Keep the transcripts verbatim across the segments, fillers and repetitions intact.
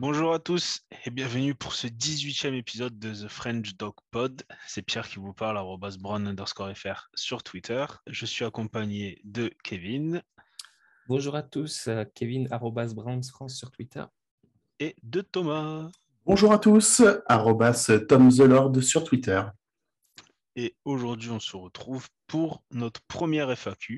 Bonjour à tous et bienvenue pour ce dix-huitième épisode de The French Dog Pod. C'est Pierre qui vous parle, arobase brown underscore fr sur Twitter. Je suis accompagné de Kevin. Bonjour à tous, euh, Kevin arobase Browns France sur Twitter. Et de Thomas. Bonjour à tous, arobase Tom the Lord sur Twitter. Et aujourd'hui, on se retrouve pour notre première F A Q.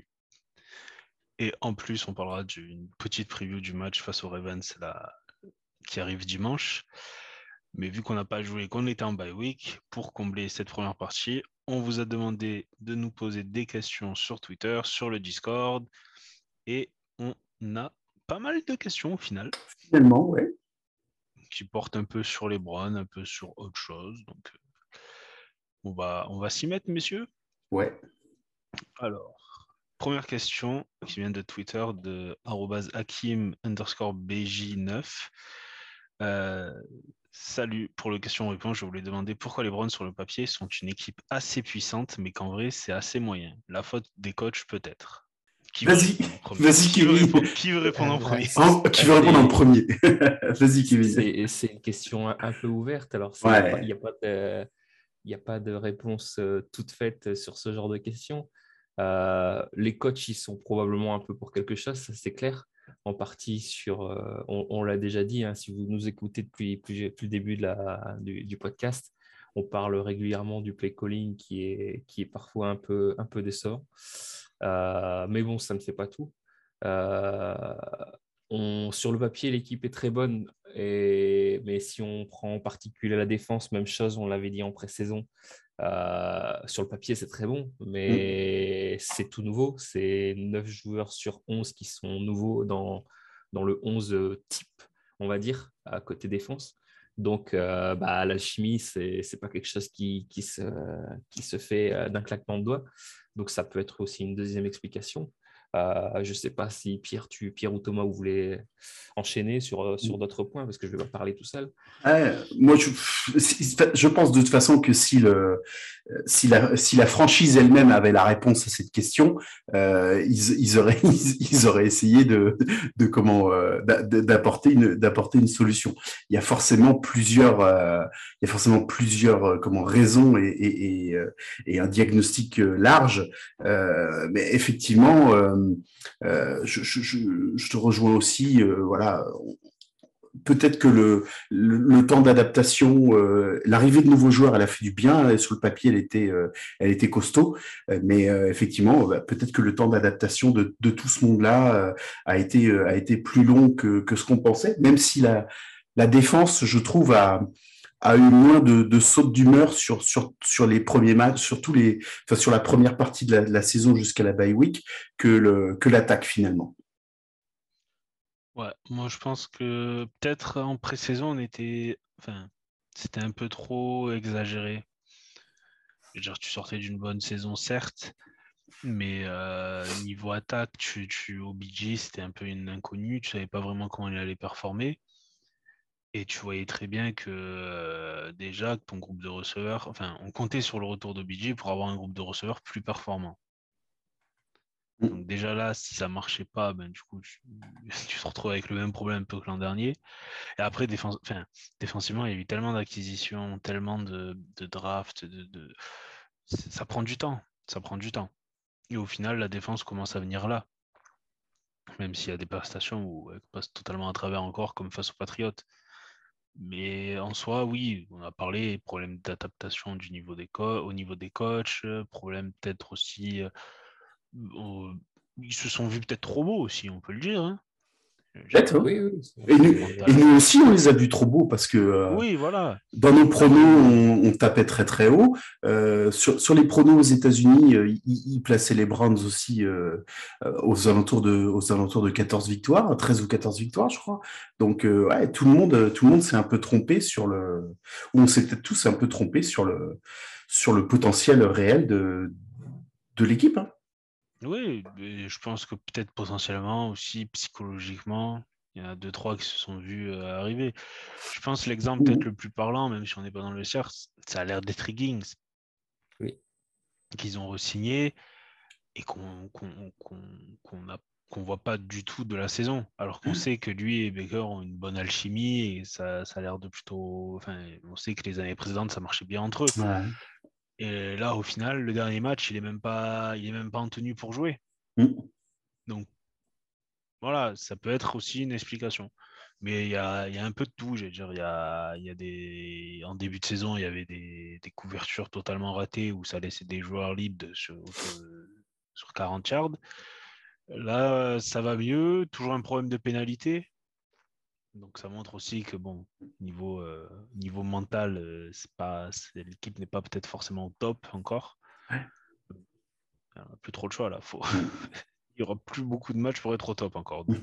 Et en plus, on parlera d'une petite preview du match face aux Ravens là, qui arrive dimanche. Mais vu qu'on n'a pas joué, qu'on était en bye week, pour combler cette première partie, on vous a demandé de nous poser des questions sur Twitter, sur le Discord. Et on a pas mal de questions au final. Finalement, oui. Qui portent un peu sur les Browns, un peu sur autre chose. Donc, on va, on va s'y mettre, messieurs. Ouais. Alors, première question qui vient de Twitter de arobase hakim underscore bj neuf. Euh, salut, pour le question-réponse, je voulais demander pourquoi les Browns sur le papier sont une équipe assez puissante, mais qu'en vrai, c'est assez moyen. La faute des coachs, peut-être. Qui vas-y, vas-y, qui veut, Kevin. répondre, qui veut répondre en premier oh, Qui veut répondre en premier Vas-y, Kevin. C'est, c'est une question un, un peu ouverte. Alors, il ouais. n'y a, a pas de, y a pas de réponse euh, toute faite sur ce genre de questions. Euh, les coachs, ils sont probablement un peu pour quelque chose, ça c'est clair. En partie sur, euh, on, on l'a déjà dit, hein, si vous nous écoutez depuis, depuis, depuis le début de la, du, du podcast, on parle régulièrement du play calling qui est, qui est parfois un peu, un peu décevant. Euh, mais bon, ça ne fait pas tout. Euh, on, sur le papier, l'équipe est très bonne, et, mais si on prend en particulier la défense, même chose, on l'avait dit en pré-saison. Euh, sur le papier, c'est très bon, mais mmh. c'est tout nouveau. C'est neuf joueurs sur onze qui sont nouveaux dans, dans le onze type, on va dire, à côté défense. Donc, euh, bah, l'alchimie, c'est c'est pas quelque chose qui, qui, se, qui se fait d'un claquement de doigts. Donc, ça peut être aussi une deuxième explication. Euh, je ne sais pas si Pierre, tu, Pierre ou Thomas, vous voulez enchaîner sur, sur d'autres points, parce que je ne vais pas parler tout seul. Ouais, moi, je, je pense de toute façon que si, le, si, la, si la franchise elle-même avait la réponse à cette question, euh, ils, ils, auraient, ils, ils auraient essayé de, de comment euh, d'apporter une, d'apporter une solution. Il y a forcément plusieurs, euh, il y a forcément plusieurs euh, comment raisons et, et, et, et un diagnostic large. Euh, mais effectivement, euh, euh, je, je, je, je te rejoins aussi. Euh, voilà. Peut-être que le, le, le temps d'adaptation, euh, l'arrivée de nouveaux joueurs, elle a fait du bien. Sur le papier, elle était, euh, elle était costaud. Euh, mais euh, effectivement, bah, peut-être que le temps d'adaptation de, de tout ce monde-là euh, a été, euh, a été plus long que, que ce qu'on pensait. Même si la, la défense, je trouve, a, a eu moins de, de sautes d'humeur sur, sur, sur les premiers matchs, sur tous les, enfin, sur la première partie de la, de la saison jusqu'à la bye week, que le, que l'attaque finalement. Ouais, moi je pense que peut-être en pré-saison, on était. Enfin, c'était un peu trop exagéré. Je veux dire, tu sortais d'une bonne saison, certes, mais euh, niveau attaque, tu, tu, O B J, c'était un peu une inconnue. Tu savais pas vraiment comment il allait performer. Et tu voyais très bien que euh, déjà, ton groupe de receveurs. Enfin, on comptait sur le retour d'O B J pour avoir un groupe de receveurs plus performant. Donc déjà là, si ça marchait pas, ben du coup, tu, tu te retrouves avec le même problème un peu que l'an dernier. Et après, défense, enfin, défensivement, il y a eu tellement d'acquisitions, tellement de, de drafts, de, de... ça prend du temps. Ça prend du temps. Et au final, la défense commence à venir là. Même s'il y a des prestations où elle passe totalement à travers encore, comme face aux Patriotes. Mais en soi, oui, on a parlé problème d'adaptation du niveau des co- au niveau des coachs, problème peut-être aussi. Euh, euh, ils se sont vus peut-être trop beaux aussi, on peut le dire. Hein. Peut-être, oui, oui, et, nous, voilà. et nous aussi, on les a vus trop beaux parce que euh, oui, voilà. dans nos pronos, on, on tapait très très haut. Euh, sur, sur les pronos aux États-Unis, euh, ils, ils plaçaient les Browns aussi euh, aux alentours de aux alentours de quatorze victoires, treize ou quatorze victoires, je crois. Donc euh, ouais, tout le monde tout le monde s'est un peu trompé sur le, ou on s'est peut-être tous un peu trompé sur le sur le potentiel réel de de l'équipe. Hein. Oui, et je pense que peut-être potentiellement aussi psychologiquement, il y en a deux, trois qui se sont vus euh, arriver. Je pense que l'exemple peut-être le plus parlant, même si on n'est pas dans le cercle, ça a l'air d'être Higgins. Oui. Qu'ils ont re-signé et qu'on qu'on, qu'on, qu'on a, qu'on voit pas du tout de la saison, alors qu'on sait que lui et Baker ont une bonne alchimie et ça, ça a l'air de plutôt. Enfin, on sait que les années précédentes, ça marchait bien entre eux. Ouais. Et là, au final, le dernier match, il est même pas, il est même pas en tenue pour jouer. Mm. Donc, voilà, ça peut être aussi une explication. Mais il y a, il y a un peu de tout. Je veux dire, il y a, il y a des... En début de saison, il y avait des, des couvertures totalement ratées où ça laissait des joueurs libres de- sur, sur quarante yards. Là, ça va mieux. Toujours un problème de pénalité. Donc, ça montre aussi que, bon, niveau, euh, niveau mental, euh, c'est pas, c'est- l'équipe n'est pas peut-être forcément au top encore. Ouais. Il n'y a plus trop de choix là. Faut... Mm. Il n'y aura plus beaucoup de matchs pour être au top encore. Donc,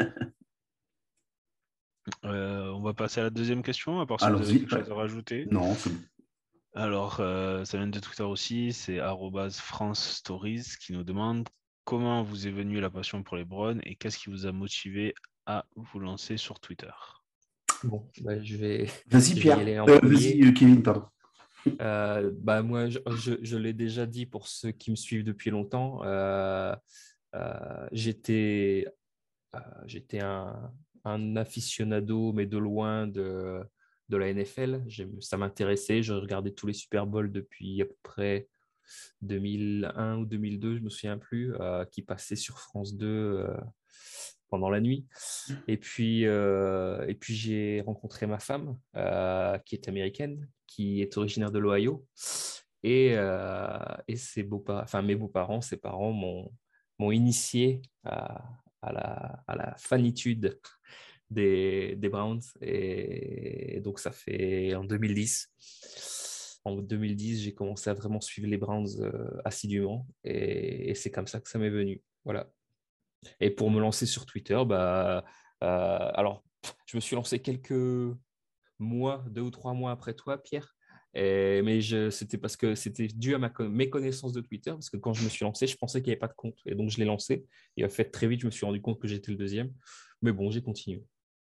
euh, on va passer à la deuxième question, à part si vous avez Allons-y. quelque Ouais. chose à rajouter. Non, c'est bon. Alors, euh, ça vient de Twitter aussi, c'est arobase France Stories qui nous demande comment vous est venue la passion pour les Browns et qu'est-ce qui vous a motivé à vous lancer sur Twitter. Bon, bah, je vais, Vas-y, je vais Pierre. y aller en Euh, premier. vas-y, euh, Kevin, pardon. Euh, bah, moi, je, je, je l'ai déjà dit pour ceux qui me suivent depuis longtemps. Euh, euh, j'étais euh, j'étais un, un aficionado, mais de loin, de, de la N F L. J'aime- ça m'intéressait. Je regardais tous les Super Bowls depuis à peu près deux mille un ou deux mille deux, je ne me souviens plus, euh, qui passaient sur France deux euh, pendant la nuit. Et puis, euh, et puis j'ai rencontré ma femme, euh, qui est américaine, qui est originaire de l'Ohio. Et, euh, et ses beaux-parents, enfin mes beaux-parents, ses parents m'ont, m'ont initié à, à la, à la fanitude des, des Browns. Et, et donc, ça fait en deux mille dix. En deux mille dix, j'ai commencé à vraiment suivre les Browns euh, assidûment. Et, et c'est comme ça que ça m'est venu. Voilà. Et pour me lancer sur Twitter, bah, euh, alors, je me suis lancé quelques mois, deux ou trois mois après toi, Pierre. Et, mais je, c'était parce que c'était dû à ma, mes connaissances de Twitter, parce que quand je me suis lancé, je pensais qu'il n'y avait pas de compte. Et donc, je l'ai lancé. Et en fait, très vite, je me suis rendu compte que j'étais le deuxième. Mais bon, j'ai continué.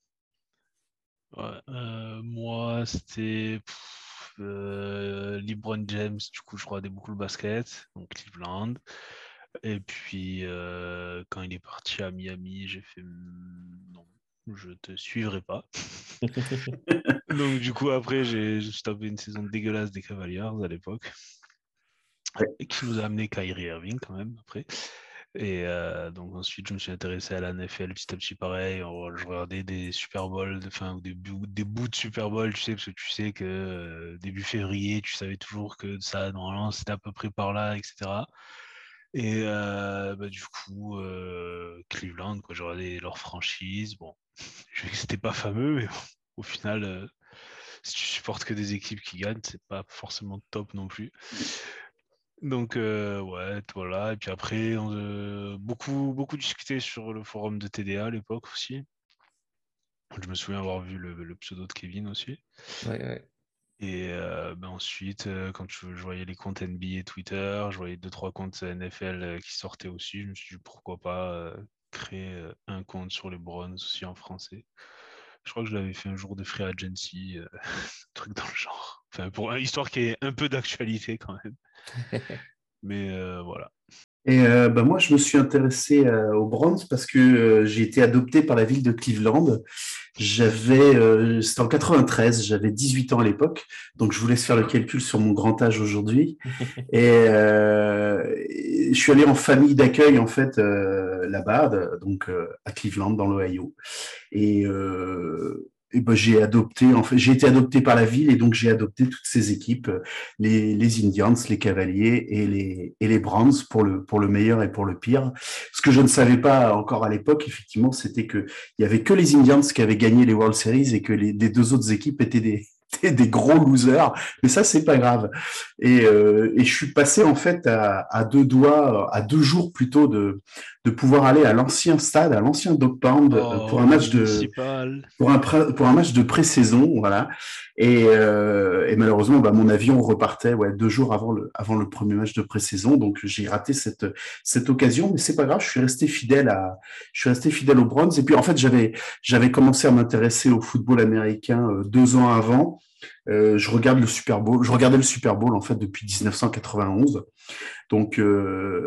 Ouais, euh, moi, c'était pff, euh, LeBron James, du coup, je regardais beaucoup le basket, donc Cleveland. Et puis, euh, quand il est parti à Miami, j'ai fait hmm, non, je te suivrai pas. Donc, du coup, après, j'ai je me suis tapé une saison dégueulasse des Cavaliers à l'époque, Ouais. et qui nous a amené Kyrie Irving quand même après. Et euh, donc ensuite, je me suis intéressé à la N F L petit à petit, pareil. On- Je regardais des Super Bowl, enfin, ou des, bouts- des bouts de Super Bowl, tu sais, parce que tu sais que euh, début février, tu savais toujours que ça, normalement, c'était à peu près par là, et cetera. Et euh, bah, du coup, euh, Cleveland, quoi, j'ai regardé leur franchise. Bon, je sais que c'était pas fameux, mais bon, au final, euh, si tu supportes que des équipes qui gagnent, c'est pas forcément top non plus. Donc, euh, ouais, voilà. Et puis après, on a beaucoup, beaucoup discuté sur le forum de T D A à l'époque aussi. Je me souviens avoir vu le, le pseudo de Kevin aussi. Ouais, ouais. Et euh, ben ensuite, euh, quand je, je voyais les comptes N B A Twitter, je voyais deux, trois comptes N F L euh, qui sortaient aussi. Je me suis dit pourquoi pas euh, créer euh, un compte sur les Browns aussi en français. Je crois que je l'avais fait un jour de Free Agency, euh, truc dans le genre. Enfin, pour une histoire qui est un peu d'actualité quand même. Mais euh, voilà. Et euh, bah, moi, je me suis intéressé euh, aux Browns parce que euh, j'ai été adopté par la ville de Cleveland. J'avais, euh, c'était en quatre-vingt-treize, j'avais dix-huit ans à l'époque, donc je vous laisse faire le calcul sur mon grand âge aujourd'hui. Et, euh, et je suis allé en famille d'accueil en fait euh, là-bas, de- donc euh, à Cleveland dans l'Ohio. Et, euh, et ben, j'ai adopté, en fait, j'ai été adopté par la ville et donc j'ai adopté toutes ces équipes, les, les Indians, les Cavaliers et les, et les Browns pour le, pour le meilleur et pour le pire. Ce que je ne savais pas encore à l'époque, effectivement, c'était que il y avait que les Indians qui avaient gagné les World Series et que les, les deux autres équipes étaient des, des gros losers, mais ça c'est pas grave. Et, euh, et je suis passé en fait à, à deux doigts, à deux jours plutôt de de pouvoir aller à l'ancien stade, à l'ancien Dog Pound euh, pour Oh, un le match de municipal. pour un pour un match de pré-saison, voilà. Et, euh, et malheureusement, bah, mon avion repartait ouais deux jours avant le avant le premier match de pré-saison, donc j'ai raté cette cette occasion, mais c'est pas grave, je suis resté fidèle à je suis resté fidèle aux Browns. Et puis en fait, j'avais j'avais commencé à m'intéresser au football américain euh, deux ans avant. Euh, je regarde le Super Bowl, je regardais le Super Bowl en fait depuis dix-neuf cent quatre-vingt-onze. Donc euh,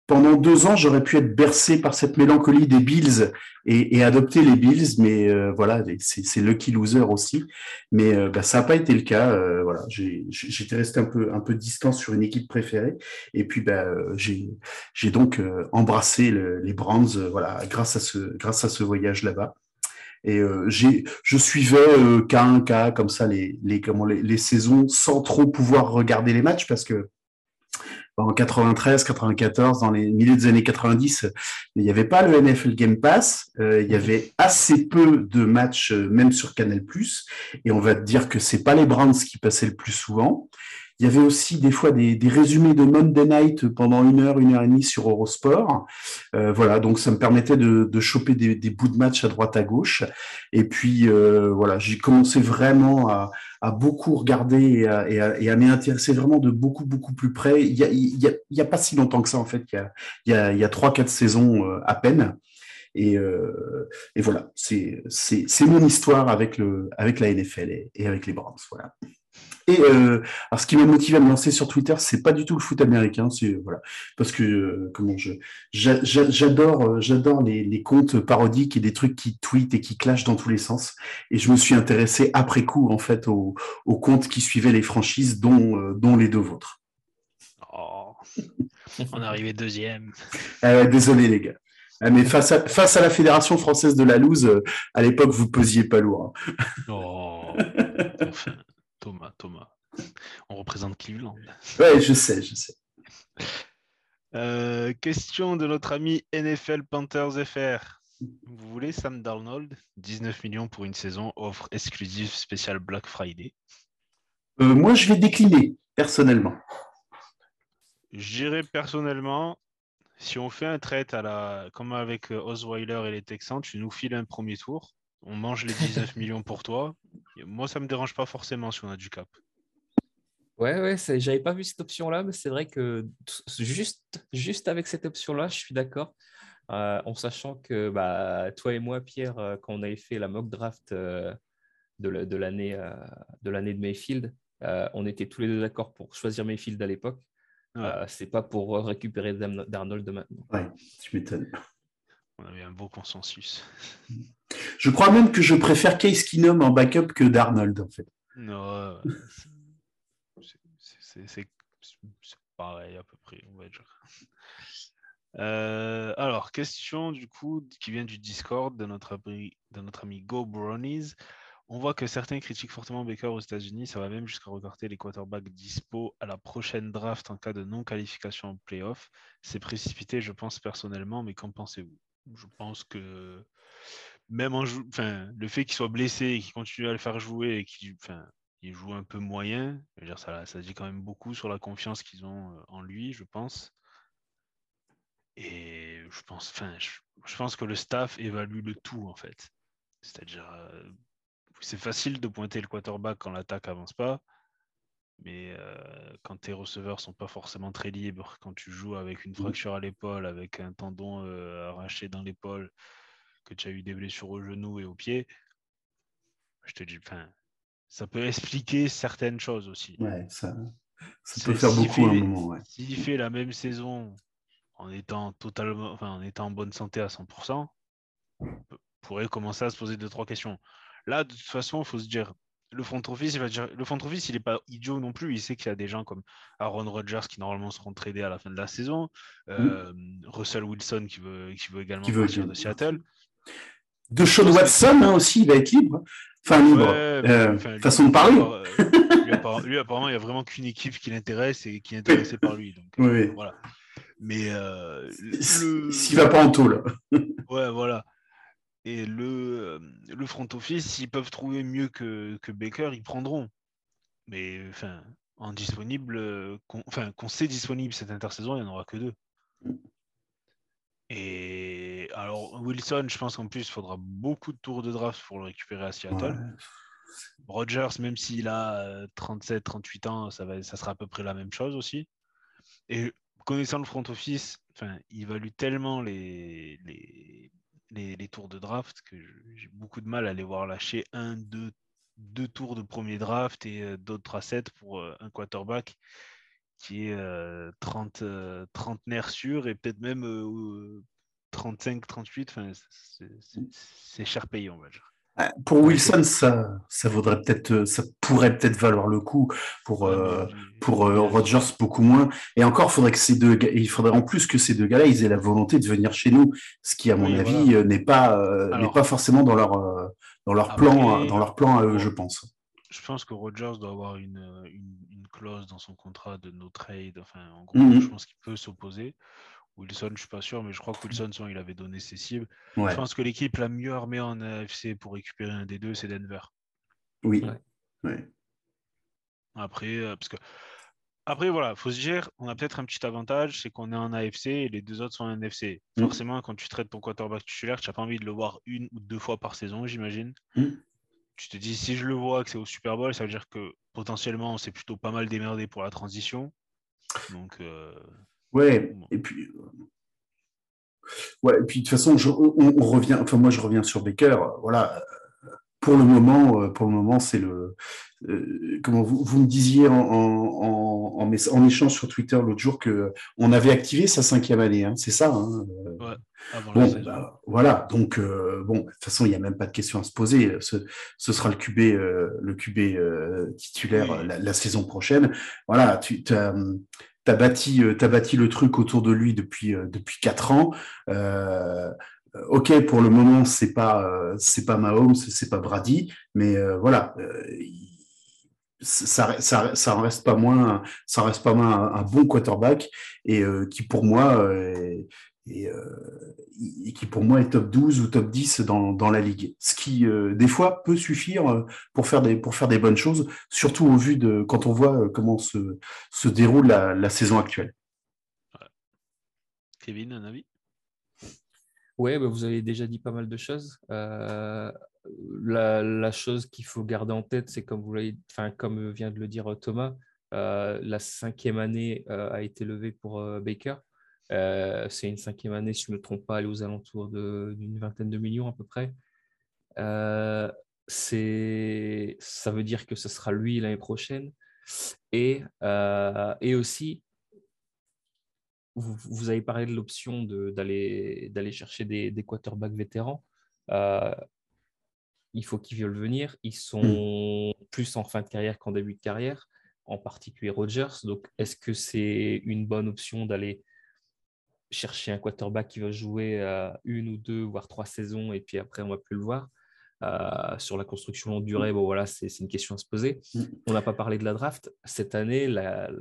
pendant deux ans, j'aurais pu être bercé par cette mélancolie des Bills et, et adopter les Bills, mais euh, voilà, c'est, c'est lucky loser aussi. Mais euh, bah, ça n'a pas été le cas. Euh, voilà, j'ai, j'étais resté un peu, un peu distant sur une équipe préférée, et puis bah, euh, j'ai, j'ai donc euh, embrassé le, les Browns, euh, voilà, grâce à ce, grâce à ce voyage là-bas. Et euh, j'ai, je suivais euh, cas un cas comme ça les, les, comment, les, les saisons sans trop pouvoir regarder les matchs parce que en quatre-vingt-treize, quatre-vingt-quatorze, dans les milieux des années quatre-vingt-dix, il n'y avait pas le N F L Game Pass, euh, il y avait assez peu de matchs, euh, même sur Canal+, et on va te dire que c'est pas les Browns qui passaient le plus souvent. Il y avait aussi des fois des, des résumés de Monday Night pendant une heure, une heure et demie sur Eurosport. Euh, voilà, donc ça me permettait de, de choper des, des bouts de match à droite à gauche. Et puis euh, voilà, j'ai commencé vraiment à, à beaucoup regarder et à, et à, et à m'y intéresser vraiment de beaucoup beaucoup plus près. Il y a, il y a, il y a pas si longtemps que ça en fait. Il y a, il y a, il y a trois quatre saisons euh, à peine. Et, euh, et voilà, c'est c'est c'est mon histoire avec le avec la N F L et, et avec les Browns. Voilà. Et euh, alors, ce qui m'a motivé à me lancer sur Twitter, c'est pas du tout le foot américain, c'est voilà, parce que euh, comment je j'a- j'a- j'adore euh, j'adore les, les comptes parodiques et des trucs qui tweetent et qui clashent dans tous les sens. Et je me suis intéressé après coup en fait aux, aux comptes qui suivaient les franchises, dont euh, dont les deux vôtres. Oh, on est arrivé deuxième. Euh, désolé les gars. Ah, mais face à face à la Fédération française de la loose, euh, à l'époque vous pesiez pas lourd. Oh, enfin, Thomas, Thomas. On représente Cleveland. Hein. Ouais, je sais, je sais. Euh, question de notre ami N F L Panthers F R. Vous voulez Sam Darnold? dix-neuf millions pour une saison, offre exclusive spéciale Black Friday. Euh, moi, je vais décliner personnellement. J'irai personnellement, si on fait un trade à la, comme avec euh, Osweiler et les Texans, tu nous files un premier tour, on mange les dix-neuf millions pour toi. Et moi, ça me dérange pas forcément si on a du cap. Ouais, ouais, c'est- j'avais pas vu cette option-là, mais c'est vrai que t- juste, juste avec cette option-là, je suis d'accord. Euh, en sachant que bah, toi et moi, Pierre, euh, quand on avait fait la mock draft euh, de la- de l'année euh, de l'année de Mayfield, euh, on était tous les deux d'accord pour choisir Mayfield à l'époque. Ouais, Euh, c'est pas pour récupérer Dam- Darnold de maintenant. Ouais, tu m'étonnes. on avait un beau consensus. Je crois même que je préfère Case Keenum en backup que Darnold, en fait. Non, ouais, c'est- c'est c'est- c'est pareil à peu près, on va dire. Euh, alors, question du coup qui vient du Discord de notre ami, de notre ami Go Brownies. On voit que certains critiquent fortement Baker aux États-Unis. Ça va même jusqu'à regarder les quarterbacks dispo à la prochaine draft en cas de non-qualification en playoff. C'est précipité, je pense personnellement, mais qu'en pensez-vous? Je pense que même en jou- enfin, le fait qu'il soit blessé et qu'il continue à le faire jouer et qu'il enfin, il joue un peu moyen, je veux dire, ça, ça dit quand même beaucoup sur la confiance qu'ils ont euh, en lui, je pense. Et je pense, enfin, je, je pense que le staff évalue le tout en fait. C'est-à-dire, euh, c'est facile de pointer le quarterback quand l'attaque avance pas, mais euh, quand tes receveurs sont pas forcément très libres, quand tu joues avec une fracture à l'épaule, avec un tendon euh, arraché dans l'épaule, que tu as eu des blessures au genou et au pied, je te dis, enfin, ça peut expliquer certaines choses aussi. Ouais, ça, ça peut C'est, faire s'il beaucoup à un fait, moment, ouais. s'il fait la même saison en étant totalement, enfin, en étant en bonne santé à cent pour cent, pourrait commencer à se poser deux, trois questions. Là, de toute façon, il faut se dire, le front office, il va dire, le front office, il n'est pas idiot non plus. Il sait qu'il y a des gens comme Aaron Rodgers qui normalement seront tradés à la fin de la saison, Mm. euh, Russell Wilson qui veut, qui veut Qui également veut partir que- de Seattle. De Je Sean pense que Watson hein, aussi, il va être libre. Enfin, libre. ouais, mais Euh, enfin, lui, façon de lui, parler. appara- euh, lui, appara- lui, apparemment, il n'y a vraiment qu'une équipe qui l'intéresse et qui est Oui, intéressée par lui. Donc oui, euh, oui. voilà. Mais euh, S'il le va pas en tôle. ouais, voilà. Et le, le front office, s'ils peuvent trouver mieux que, que Baker, ils prendront. Mais enfin, en disponible, euh, qu'on, enfin, qu'on sait disponible cette intersaison, il n'y en aura que deux. Et alors, Wilson, je pense qu'en plus, il faudra beaucoup de tours de draft pour le récupérer à Seattle. Ouais. Rogers, même s'il a euh, trente-sept, trente-huit ans, ça, va, ça sera à peu près la même chose aussi. Et connaissant le front office, enfin, il value tellement les, les, les, les tours de draft que j'ai beaucoup de mal à les voir lâcher un, deux, deux tours de premier draft et euh, d'autres assets pour euh, un quarterback qui est euh, trente, euh, trentenaire sûr et peut-être même euh, trente-cinq, trente-huit. Enfin, c'est, c'est, c'est cher payé, on va dire. Pour Ouais, Wilson, ça, ça vaudrait peut-être, ça pourrait peut-être valoir le coup. Pour Ouais, mais euh, lui, pour lui euh, a dit. Rodgers, beaucoup moins. Et encore, faudrait que ces deux, gars- il faudrait en plus que ces deux gars-là, ils aient la volonté de venir chez nous, ce qui, à mon Oui, voilà. avis, euh, n'est pas euh, n'est pas Alors, forcément dans leur euh, dans leur plan, dans après, leur plan à eux, je Ro- pense. je pense que Rodgers doit avoir une, une, une clause dans son contrat de no trade. Enfin, en gros, je Mhm. pense qu'il peut s'opposer. Wilson, je suis pas sûr, mais je crois que Wilson, souvent, il avait donné ses cibles. Je Ouais, pense que l'équipe la mieux armée en A F C pour récupérer un des deux, c'est Denver. oui, ouais. ouais. Après, euh, parce que après, voilà, faut se dire, on a peut-être un petit avantage, c'est qu'on est en A F C et les deux autres sont en N F C. Mhm. Forcément, quand tu traites ton quarterback titulaire, tu n'as pas envie de le voir une ou deux fois par saison, j'imagine. Mhm. Tu te dis, si je le vois que c'est au Super Bowl, ça veut dire que potentiellement, on s'est plutôt pas mal démerdé pour la transition. Donc, euh, Ouais. bon. Et puis, ouais. Et puis de toute façon, je, on, on revient. Enfin, moi, je reviens sur Baker. Voilà. Pour le moment, euh, pour le moment, c'est le. Euh, comment vous, vous me disiez en, en, en, en, en échange sur Twitter l'autre jour que on avait activé sa cinquième année, hein, c'est ça. Hein. Ouais, avant la Bon, saison. bah, voilà. Donc, euh, bon, de toute façon, il n'y a même pas de question à se poser. Ce, ce sera le Q B, euh, le Q B euh, titulaire Oui, la, la saison prochaine. Voilà, tu as, t'as bâti, t'as bâti le truc autour de lui depuis euh, depuis quatre ans. Euh, ok, pour le moment, c'est pas euh, c'est pas Mahomes, c'est pas Brady, mais euh, voilà. Euh, il- ça, ça, ça en reste pas moins, ça en reste pas moins un, un bon quarterback et euh, qui pour moi euh, et, euh, et qui pour moi est top douze ou top dix dans, dans la ligue. Ce qui, euh, des fois, peut suffire euh, pour faire des, pour faire des bonnes choses, surtout au vu de quand on voit euh, comment se, se déroule la, la saison actuelle. ouais. Kevin, un avis? Ouais, bah, vous avez déjà dit pas mal de choses. Euh, la, la chose qu'il faut garder en tête, c'est comme vous l'avez, enfin, comme vient de le dire Thomas, euh, la cinquième année euh, a été levée pour euh, Baker. Euh, c'est une cinquième année, si je ne me trompe pas, elle est aux alentours de- d'une vingtaine de millions à peu près. Euh, c'est, ça veut dire que ce sera lui l'année prochaine. Et, euh, et aussi, vous, vous avez parlé de l'option de, d'aller, d'aller chercher des, des quarterbacks vétérans. Euh, il faut qu'ils veulent venir. Ils Mm. sont plus en fin de carrière qu'en début de carrière, en particulier Rodgers. Donc, est-ce que c'est une bonne option d'aller chercher un quarterback qui va jouer euh, une ou deux, voire trois saisons, et puis après, on ne va plus le voir? Euh, sur la construction longue durée, bon, voilà, c'est, c'est une question à se poser. Mm. On n'a pas parlé de la draft. Cette année, la,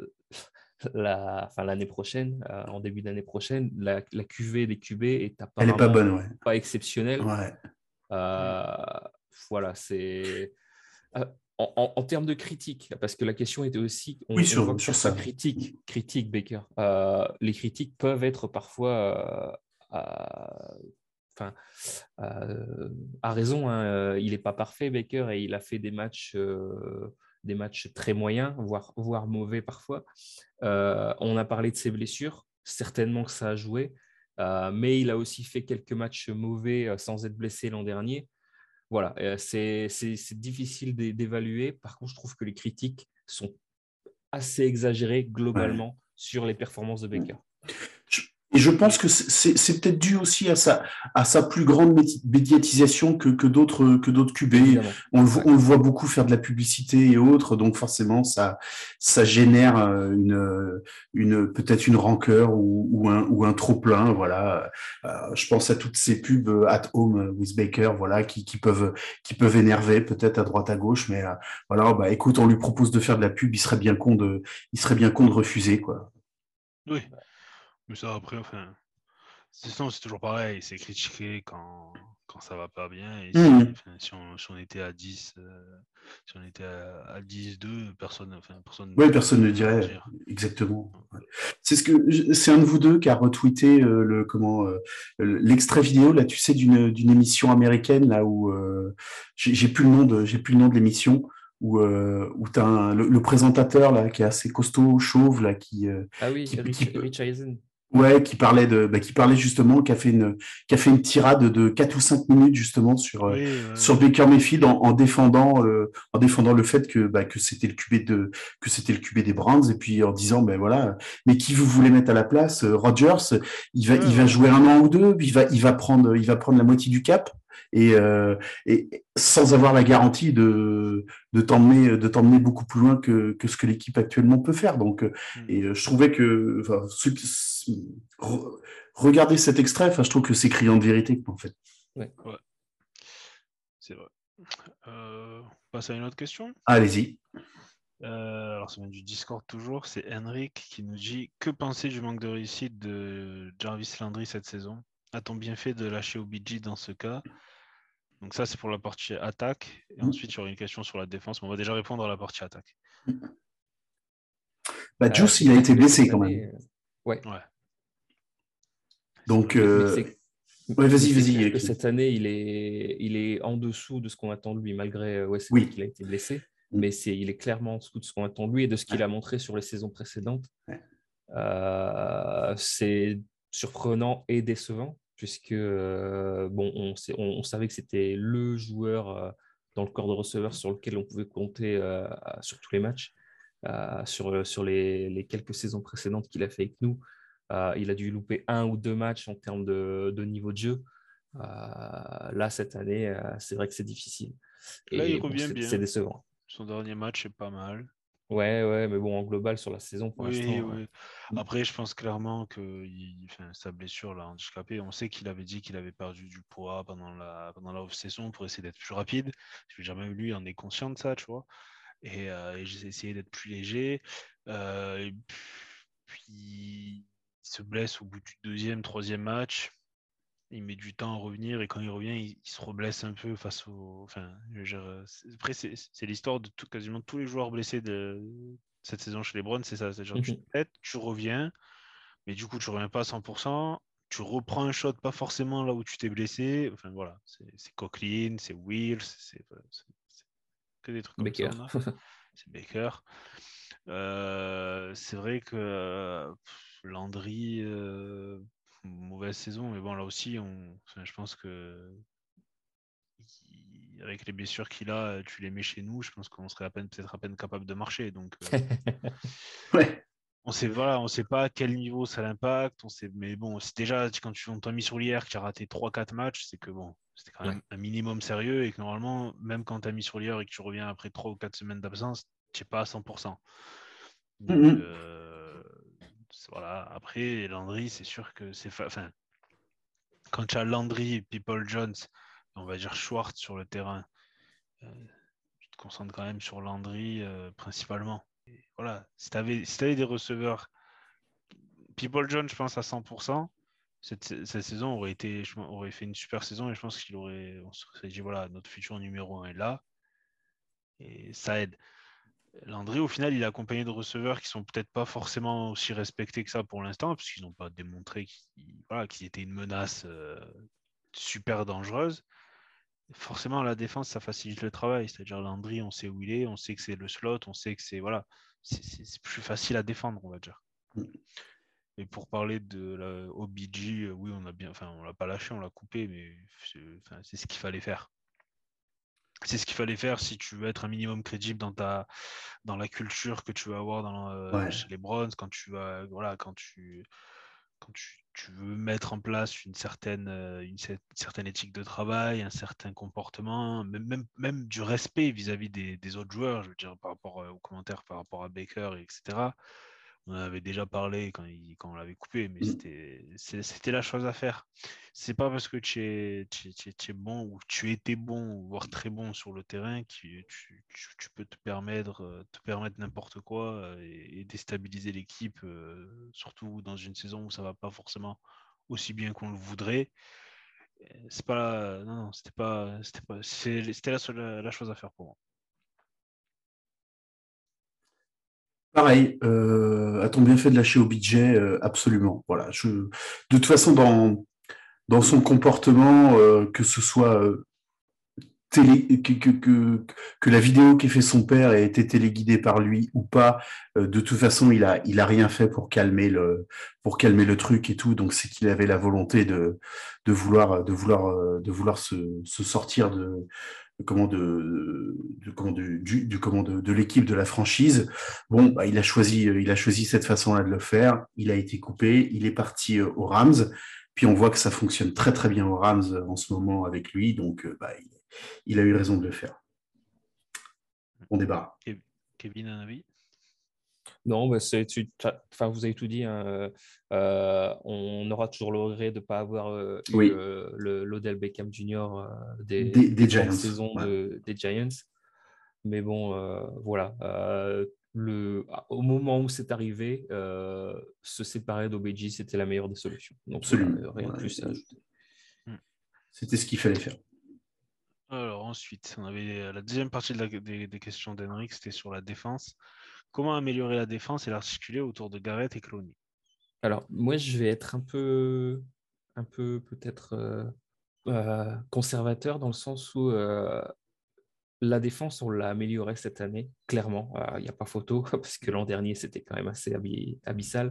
la, enfin, l'année prochaine, euh, en début d'année prochaine, la, la Q V des Q B est Elle est pas apparemment bonne, ouais. pas exceptionnelle. Ouais. Euh, voilà, c'est euh, en, en- en termes de critique, parce que la question était aussi, Oui, on, on voit sur, que sur certains ça. critiques, critiques Baker, euh, les critiques peuvent être parfois, euh, à, enfin, euh, à raison, hein, euh, il n'est pas parfait Baker et il a fait des matchs, euh, des matchs très moyens, voire, voire mauvais parfois. Euh, on a parlé de ses blessures, certainement que ça a joué, euh, mais il a aussi fait quelques matchs mauvais euh, sans être blessé l'an dernier. Voilà, euh, c'est c'est- c'est difficile d'é- d'évaluer. Par contre, je trouve que les critiques sont assez exagérées Ouais. globalement sur les performances de Baker. Je- Et je pense Oui, que c'est c'est- c'est peut-être dû aussi à sa, à sa plus grande médi- médiatisation que, que d'autres que d'autres Q B. Évidemment. On le, vo- Ouais. on le voit beaucoup faire de la publicité et autres, donc forcément ça, ça génère euh, une, une peut-être une rancœur ou, ou un, ou un trop-plein. Voilà. Euh, je pense à toutes ces pubs euh, at home with Baker, voilà, qui, qui peuvent qui peuvent énerver peut-être à droite à gauche, mais euh, voilà, bah écoute, on lui propose de faire de la pub, il serait bien con de, il serait bien con de refuser, quoi. oui. Mais ça, après, enfin, c'est sinon, c'est toujours pareil. C'est critiqué quand, quand ça va pas bien. Et si, Mmh. enfin, si, on, si on était à dix, euh, si on était à, à dix deux, personne, enfin, personne Oui, ne personne ne pourrait rien dirait dire. exactement. Donc, Ouais. C'est ce que c'est un de vous deux qui a retweeté euh, le comment euh, l'extrait vidéo là, tu sais, d'une d'une émission américaine là où euh, j'ai j'ai plus le nom de j'ai plus le nom de l'émission où euh, où t'as un, le, le présentateur là qui est assez costaud, chauve là qui euh, Ah oui, qui, Rich, qui Rich Eisen. Ouais, qui parlait de, bah, qui parlait justement, qui a fait une, qui a fait une tirade de quatre ou cinq minutes justement sur euh, Oui, ouais, sur ouais. Baker Mayfield en, en défendant euh, en défendant le fait que bah, que c'était le Q B de que c'était le Q B des Browns et puis en disant ben voilà, mais qui vous voulez mettre à la place? Euh, Rodgers, il va Ouais, il va voilà. jouer un an ou deux, il va il va prendre il va prendre la moitié du cap et euh, et sans avoir la garantie de de t'emmener de t'emmener beaucoup plus loin que que ce que l'équipe actuellement peut faire. Donc euh, Mm. et euh, je trouvais que enfin, ceux qui- re- regardez cet extrait, enfin, je trouve que c'est criant de vérité, en fait. Ouais. Ouais, c'est vrai. Euh, on passe à une autre question. Allez-y. Euh, alors, ça vient du Discord toujours. C'est Henrik qui nous dit: que penser du manque de réussite de Jarvis Landry cette saison? A-t-on bien fait de lâcher O B J dans ce cas? Donc, ça, c'est pour la partie attaque. Et ensuite, il y aura une question sur la défense. Mais on va déjà répondre à la partie attaque. Bah, Euh, Juice, c'est il a clair été que blessé cette quand même. année, euh, ouais. Ouais. C'est Donc, vrai. Mais, mais euh... c'est ouais, mais vas-y, c'est clair vas-y. que Kevin. cette année, il est, il est en dessous de ce qu'on attend de lui, malgré ouais, c'est vrai Oui. qu'il a été blessé, Mm. mais c'est, il est clairement en dessous de ce qu'on attend de lui et de ce qu'il Ouais. a montré sur les saisons précédentes. Ouais. Euh, c'est surprenant et décevant, puisque euh, bon, on, sait- on, on savait que c'était le joueur euh, dans le corps de receveur sur lequel on pouvait compter euh, sur tous les matchs. Euh, sur, sur les, les quelques saisons précédentes qu'il a fait avec nous. Euh, il a dû louper un ou deux matchs en termes de, de niveau de jeu. Euh, là, cette année, euh, c'est vrai que c'est difficile. Là, il Et bon, revient c'est c'est bien. décevant. Son dernier match est pas mal. Ouais, ouais, mais bon, en global, sur la saison, pour Oui, l'instant. oui. euh, Après, je pense clairement que il- enfin, sa blessure l'a handicapé. On sait qu'il avait dit qu'il avait perdu du poids pendant la, pendant la off-saison pour essayer d'être plus rapide. Je jamais vu lui, on est conscient de ça, tu vois. Et, euh, et j'ai essayé d'être plus léger. Euh, et puis, il se blesse au bout du deuxième, troisième match. Il met du temps à revenir et quand il revient, il, il se reblesse un peu face au. Enfin, je veux dire, euh, c'est- après, c'est c'est l'histoire de tout, quasiment tous les joueurs blessés de cette saison chez les Browns, c'est ça. C'est-à-dire, tu te pètes, tu reviens, mais du coup, tu reviens pas à cent pour cent. Tu reprends un shot, pas forcément là où tu t'es blessé. Enfin, voilà, c'est c'est Coughlin, c'est Wills, c'est c'est- c'est que des trucs comme ça, Baker. on a. C'est Baker. Euh, c'est vrai que euh, pff, Landry, euh, mauvaise saison, mais bon, là aussi, on, enfin, je pense que il- avec les blessures qu'il a, tu les mets chez nous, je pense qu'on serait à peine, peut-être à peine capable de marcher. Donc, euh, Ouais. on sait, voilà, on sait pas à quel niveau ça l'impacte. On sait, mais bon, c'est déjà quand tu on t'a mis sur l'I R, qui a raté trois quatre matchs, c'est que bon, c'était quand même Ouais. un minimum sérieux et que normalement, même quand tu as mis sur l'I R et que tu reviens après trois ou quatre semaines d'absence, tu n'es pas à cent pour cent. Donc, Mhm. euh, voilà. Après, Landry, c'est sûr que c'est. Fa... Enfin, quand tu as Landry et puis Paul Jones, on va dire Schwartz sur le terrain, euh, tu te concentres quand même sur Landry euh, principalement. Et voilà. Si tu avais, si t'avais des receveurs, People Jones, je pense à cent pour cent, cette, cette saison aurait, été, je, aurait fait une super saison et je pense qu'il aurait. On se serait dit, voilà, notre futur numéro un est là. Et ça aide. Landry, au final, il est accompagné de receveurs qui sont peut-être pas forcément aussi respectés que ça pour l'instant, puisqu'ils n'ont pas démontré qu'ils voilà, qu'ils étaient une menace euh, super dangereuse. Forcément, la défense, ça facilite le travail. C'est-à-dire Landry, on sait où il est, on sait que c'est le slot, on sait que c'est voilà, c'est, c'est, c'est plus facile à défendre, on va dire. Et pour parler de la O B J, euh, oui, on a bien, enfin, on l'a pas lâché, on l'a coupé, mais c'est, enfin, c'est ce qu'il fallait faire. C'est ce qu'il fallait faire si tu veux être un minimum crédible dans ta dans la culture que tu vas avoir dans, euh, Ouais. chez les Browns, quand tu vas, voilà, quand tu, quand tu, tu veux mettre en place une certaine, euh, une, cer- certaine éthique de travail, un certain comportement, même, même, même du respect vis-à-vis des, des autres joueurs, je veux dire, par rapport euh, aux commentaires, par rapport à Baker, et cetera. On en avait déjà parlé quand, il, quand on l'avait coupé, mais Mhm. c'était, c'est- c'était la chose à faire. C'est pas parce que tu es, tu, tu- tu es bon ou tu étais bon, voire très bon sur le terrain, que tu, tu- tu- tu peux te permettre, euh, te permettre n'importe quoi euh, et, et déstabiliser l'équipe, euh, surtout dans une saison où ça va pas forcément aussi bien qu'on le voudrait. Euh, C'est pas, non, non, c'était pas, c'était pas, c'est- c'était la, seule- la chose à faire pour moi. Pareil, euh, a-t-on bien fait de lâcher au budget? Euh, absolument. Voilà. Je, de toute façon, dans, dans son comportement, euh, que ce soit euh, télé, que, que, que, que la vidéo qu'ait fait son père ait été téléguidée par lui ou pas, euh, de toute façon, il a, il a rien fait pour calmer le, pour calmer le truc et tout. Donc, c'est qu'il avait la volonté de, de vouloir, de vouloir, de vouloir se, se sortir de, de comment de, de comment de, du, du comment de, de l'équipe de la franchise. Bon, bah, il a choisi, il a choisi cette façon-là de le faire. Il a été coupé. Il est parti aux Rams. Puis on voit que ça fonctionne très très bien aux Rams en ce moment avec lui. Donc, bah, il, il a eu raison de le faire. On débat. Kevin, un avis? Non, bah c'est, tu, enfin, vous avez tout dit. Hein. Euh, on aura toujours le regret de ne pas avoir euh, eu oui. euh, le, l'Odell Beckham Junior euh, des, des, des, des Giants. saisons ouais. de, des Giants. Mais bon, euh, voilà. Euh, le, au moment où c'est arrivé, euh, se séparer d'O B J, c'était la meilleure des solutions. Donc, absolument. Voilà, rien de ouais. plus à ajouter. C'était ce qu'il fallait faire. Alors ensuite, on avait la deuxième partie de la, des, des questions d'Henrik, c'était sur la défense. Comment améliorer la défense et l'articuler autour de Garrett et Clowney? Alors, moi, je vais être un peu, un peu peut-être euh, euh, conservateur dans le sens où euh, la défense, on l'a améliorée cette année, clairement. Il n'y a pas photo, parce que l'an dernier, c'était quand même assez abyssal.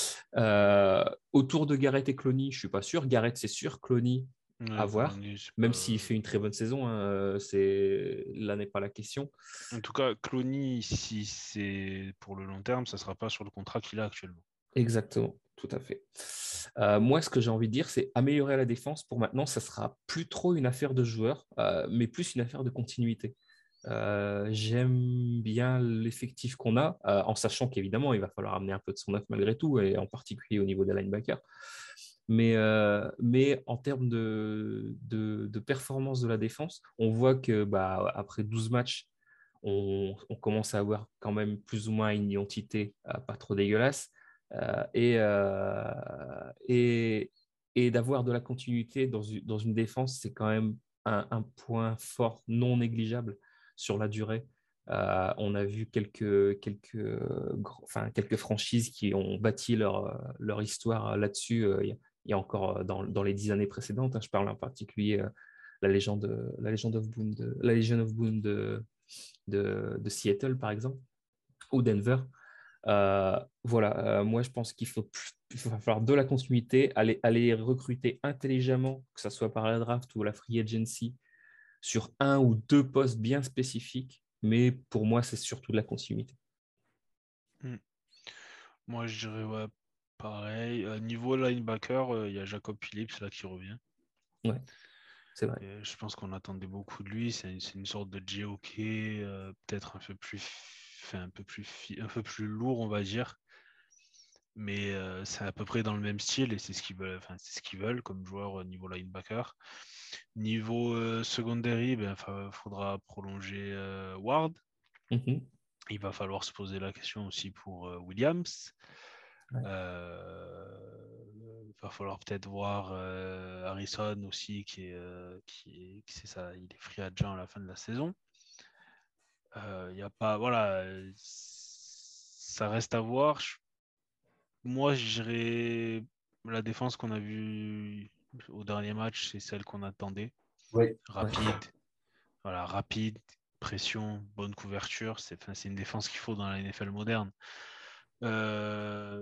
Euh, autour de Garrett et Clowney, je ne suis pas sûr. Garrett, c'est sûr. Clowney, ouais, à voir. Clowney, Même pas... s'il fait une très bonne saison, hein, c'est... là n'est pas la question. En tout cas, Clowney, si c'est pour le long terme, ça ne sera pas sur le contrat qu'il a actuellement. Exactement, tout à fait. Euh, moi, ce que j'ai envie de dire, c'est améliorer la défense. Pour maintenant, ça sera plus trop une affaire de joueurs, euh, mais plus une affaire de continuité. Euh, j'aime bien l'effectif qu'on a, euh, en sachant qu'évidemment, il va falloir amener un peu de son neuf malgré tout, et en particulier au niveau des linebackers. Mais, euh, mais en termes de, de, de performance de la défense, on voit que bah, après douze matchs, on, on commence à avoir quand même plus ou moins une identité euh, pas trop dégueulasse. Euh, et, euh, et, et d'avoir de la continuité dans une, dans une défense, c'est quand même un, un point fort non négligeable sur la durée. Euh, on a vu quelques, quelques, enfin, quelques franchises qui ont bâti leur, leur histoire là-dessus euh, il, y a encore dans, dans les dix années précédentes. Hein, je parle en particulier euh, la légende, la légende of Boone de, la Legion of Boone de, de, de Seattle, par exemple, ou Denver. Euh, voilà, euh, moi je pense qu'il faut, il va falloir de la continuité, aller, aller recruter intelligemment, que ce soit par la draft ou la free agency, sur un ou deux postes bien spécifiques, mais pour moi c'est surtout de la continuité. Hmm. Moi je dirais ouais, pareil. Euh, niveau linebacker, il euh, y a Jacob Phillips là qui revient. Ouais, c'est vrai. Et je pense qu'on attendait beaucoup de lui. C'est une, c'est une sorte de J O K, euh, peut-être un peu plus, enfin, un peu plus, un peu plus lourd, on va dire. Mais euh, c'est à peu près dans le même style et c'est ce qu'ils veulent, enfin, c'est ce qu'ils veulent comme joueur euh, niveau linebacker. Niveau euh, secondary, il ben, faudra prolonger euh, Ward. Mm-hmm. Il va falloir se poser la question aussi pour euh, Williams. Ouais. Euh, il va falloir peut-être voir euh, Harrison aussi, qui est, euh, qui est, qui c'est ça, il est free agent à la fin de la saison. Il euh, y a pas, voilà, ça reste à voir. Je, moi, je dirais la défense qu'on a vue au dernier match, c'est celle qu'on attendait. Oui. Rapide, ouais. Voilà, rapide, pression, bonne couverture. C'est, enfin, c'est une défense qu'il faut dans la N F L moderne. Euh...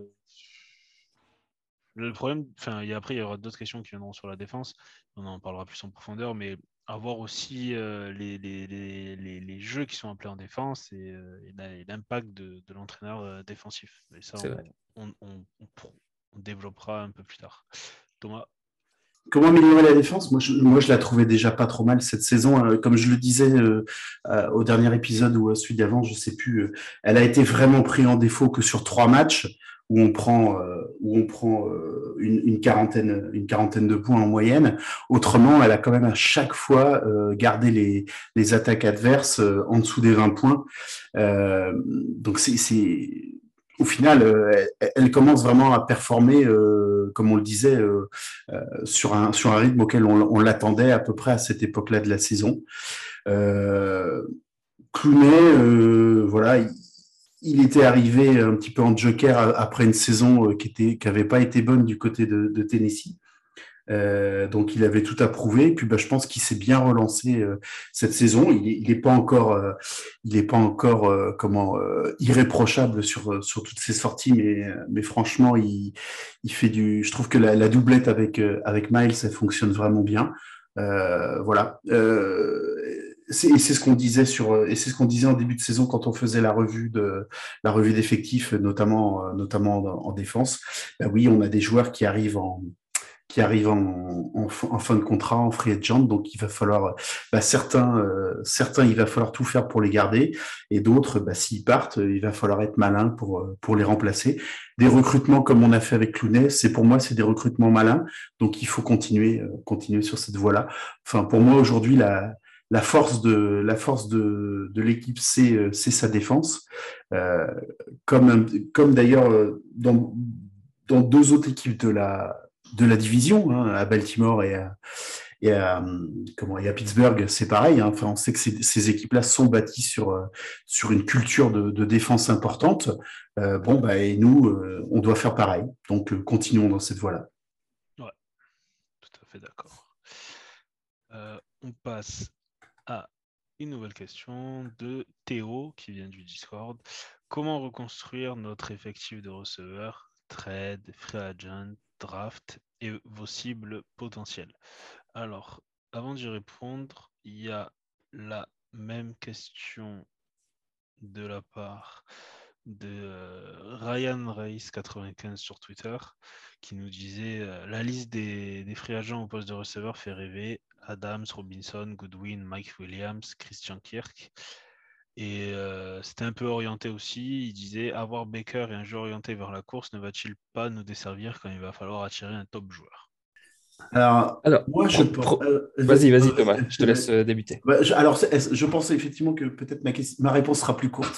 Le problème, enfin, et après, il y aura d'autres questions qui viendront sur la défense. On en parlera plus en profondeur, mais avoir aussi euh, les, les, les, les, les jeux qui sont appelés en défense et, euh, et l'impact de, de l'entraîneur euh, défensif. Et ça, on, on, on, on, on développera un peu plus tard. Thomas? Comment améliorer la défense? Moi je, moi, je la trouvais déjà pas trop mal cette saison. Euh, comme je le disais euh, euh, au dernier épisode ou à celui d'avant, je sais plus. Euh, elle a été vraiment prise en défaut que sur trois matchs où on prend euh, où on prend euh, une, une quarantaine une quarantaine de points en moyenne. Autrement, elle a quand même à chaque fois euh, gardé les les attaques adverses euh, en dessous des vingt points. Euh, donc c'est c'est au final, euh, elle, elle commence vraiment à performer, euh, comme on le disait, euh, euh, sur, un, sur un rythme auquel on, on l'attendait à peu près à cette époque-là de la saison. Euh, Clooney, euh, voilà, il, il était arrivé un petit peu en joker après une saison qui était, qui n'avait pas été bonne du côté de, de Tennessee. Euh, donc, il avait tout approuvé. Et puis, bah, je pense qu'il s'est bien relancé euh, cette saison. Il n'est il est pas encore, euh, il est pas encore euh, comment euh, irréprochable sur sur toutes ses sorties, mais mais franchement, il il fait du. Je trouve que la, la doublette avec euh, avec Miles, ça fonctionne vraiment bien. Euh, voilà. Euh, c'est, et c'est ce qu'on disait sur et c'est ce qu'on disait en début de saison quand on faisait la revue de la revue d'effectifs, notamment euh, notamment en, en défense. Ben oui, on a des joueurs qui arrivent en qui arrivent en, en, en fin de contrat, en free agent, donc il va falloir, bah, certains, euh, certains, il va falloir tout faire pour les garder, et d'autres, bah, s'ils partent, il va falloir être malin pour pour les remplacer. Des recrutements comme on a fait avec Clooney, c'est pour moi, c'est des recrutements malins, donc il faut continuer, euh, continuer sur cette voie-là. Enfin, pour moi aujourd'hui, la la force de la force de, de l'équipe, c'est c'est sa défense, euh, comme comme d'ailleurs dans dans deux autres équipes de la de la division, hein, à Baltimore et à, et à, comment, et à Pittsburgh, c'est pareil. Hein. Enfin, on sait que ces, ces équipes-là sont bâties sur, sur une culture de, de défense importante. Euh, bon, bah, et nous, euh, on doit faire pareil. Donc, euh, continuons dans cette voie-là. Ouais, tout à fait d'accord. Euh, on passe à une nouvelle question de Théo qui vient du Discord. Comment reconstruire notre effectif de receveurs, trade, free agent, draft et vos cibles potentielles? Alors, avant d'y répondre, il y a la même question de la part de euh, Ryan Race quatre-vingt-quinze sur Twitter qui nous disait euh, la liste des, des free agents au poste de receveur fait rêver. Adams, Robinson, Goodwin, Mike Williams, Christian Kirk. Et euh, c'était un peu orienté aussi. Il disait avoir Baker et un jeu orienté vers la course ne va-t-il pas nous desservir quand il va falloir attirer un top joueur? Alors, Alors, moi, je pro- pense. pro- euh, vas-y, vas-y, vas-y, euh, Thomas, je te laisse euh, débuter. bah, je, alors, c'est- je pense effectivement que peut-être ma, question- ma réponse sera plus courte.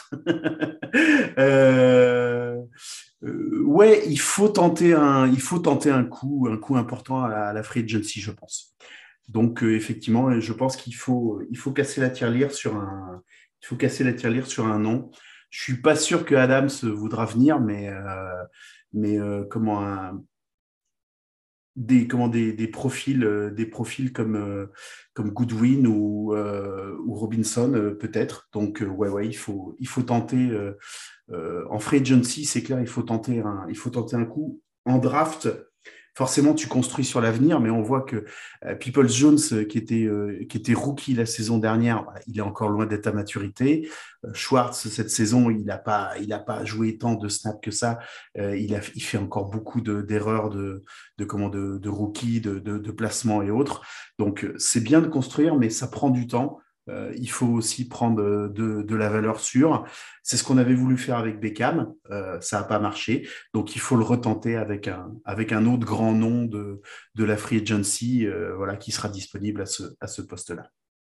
euh, euh, ouais, il faut tenter un, il faut tenter un coup, un coup important à la, à la free agency, je pense. Donc, euh, effectivement, je pense qu'il faut, il faut casser la tirelire sur un, il faut casser la tirelire sur un nom. Je suis pas sûr que Adams voudra venir, mais, euh, mais euh, comment un, des, comment, des, des profils, euh, des profils comme, euh, comme Goodwin ou, euh, ou Robinson, euh, peut-être. Donc, euh, ouais, ouais, il faut, il faut tenter, euh, euh, en free agency, c'est clair, il faut tenter un, il faut tenter un coup. En draft, forcément, tu construis sur l'avenir, mais on voit que euh, Peoples Jones, euh, qui était, euh, qui était rookie la saison dernière, bah, il est encore loin d'être à maturité. Euh, Schwartz, cette saison, il n'a pas, il a pas joué tant de snaps que ça. Euh, il, a, il fait encore beaucoup de, d'erreurs de, de, comment, de, de rookie, de, de, de placement et autres. Donc, euh, c'est bien de construire, mais ça prend du temps. Euh, il faut aussi prendre de, de la valeur sûre. C'est ce qu'on avait voulu faire avec Beckham. Euh, ça n'a pas marché. Donc, il faut le retenter avec un, avec un autre grand nom de, de la free agency, euh, voilà, qui sera disponible à ce, à ce poste-là.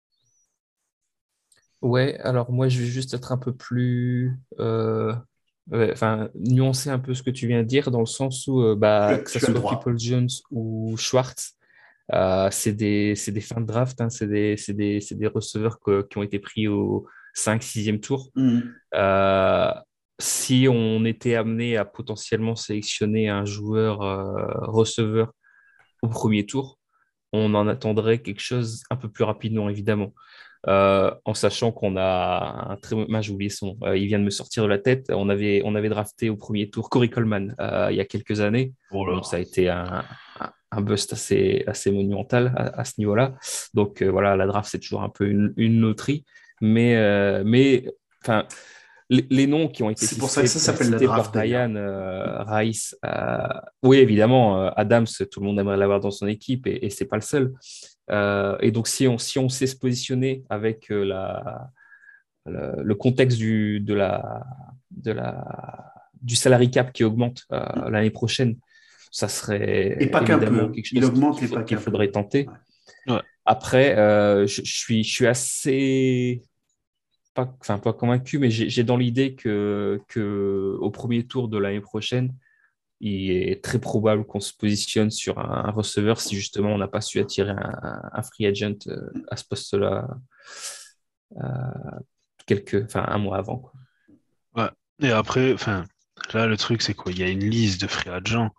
Ouais, alors moi, je vais juste être un peu plus, euh, ouais, enfin, nuancer un peu ce que tu viens de dire, dans le sens où, euh, Tu bah, as, que ce tu as le soit droit. People Jones ou Schwartz, euh, c'est des, c'est des fins de draft, hein, c'est des, c'est des, c'est des receveurs que- qui ont été pris au cinq sixième tour. Mmh. Euh, Si on était amené à potentiellement sélectionner un joueur euh, receveur au premier tour, on en attendrait quelque chose un peu plus rapidement, évidemment. Euh, en sachant qu'on a un très moi j'ai oublié son nom. Euh, il vient de me sortir de la tête. On avait, on avait drafté au premier tour Corey Coleman euh, il y a quelques années. Oh Bon, là. ça a été un, un, un bust assez, assez monumental à, à ce niveau-là. Donc euh, voilà, la draft, c'est toujours un peu une, une loterie. Mais, euh, mais enfin, les, les noms qui ont été C'est pour ça que cités, ça euh, s'appelle la cités par draft d'ailleurs. Ryan, euh, Rice, euh, oui, évidemment, euh, Adams, tout le monde aimerait l'avoir dans son équipe et, et c'est pas le seul. Euh, et donc, si on, si on sait se positionner avec euh, la, le, le contexte du, de la, de la, du salary cap qui augmente euh, l'année prochaine, ça Et serait pas qu'un évidemment peu. quelque Il chose augmente qu'il et faut, pas qu'il qu'un peu. faudrait tenter. Ouais. Ouais. Après, euh, je, je suis, je suis assez, pas, enfin, pas convaincu, mais j'ai j'ai dans l'idée que, que au premier tour de l'année prochaine, il est très probable qu'on se positionne sur un, un receveur si justement on n'a pas su attirer un, un free agent euh, à ce poste-là euh, quelques, enfin, un mois avant, quoi. Ouais. Et après, enfin, là, le truc, c'est quoi? Il y a une liste de free agents.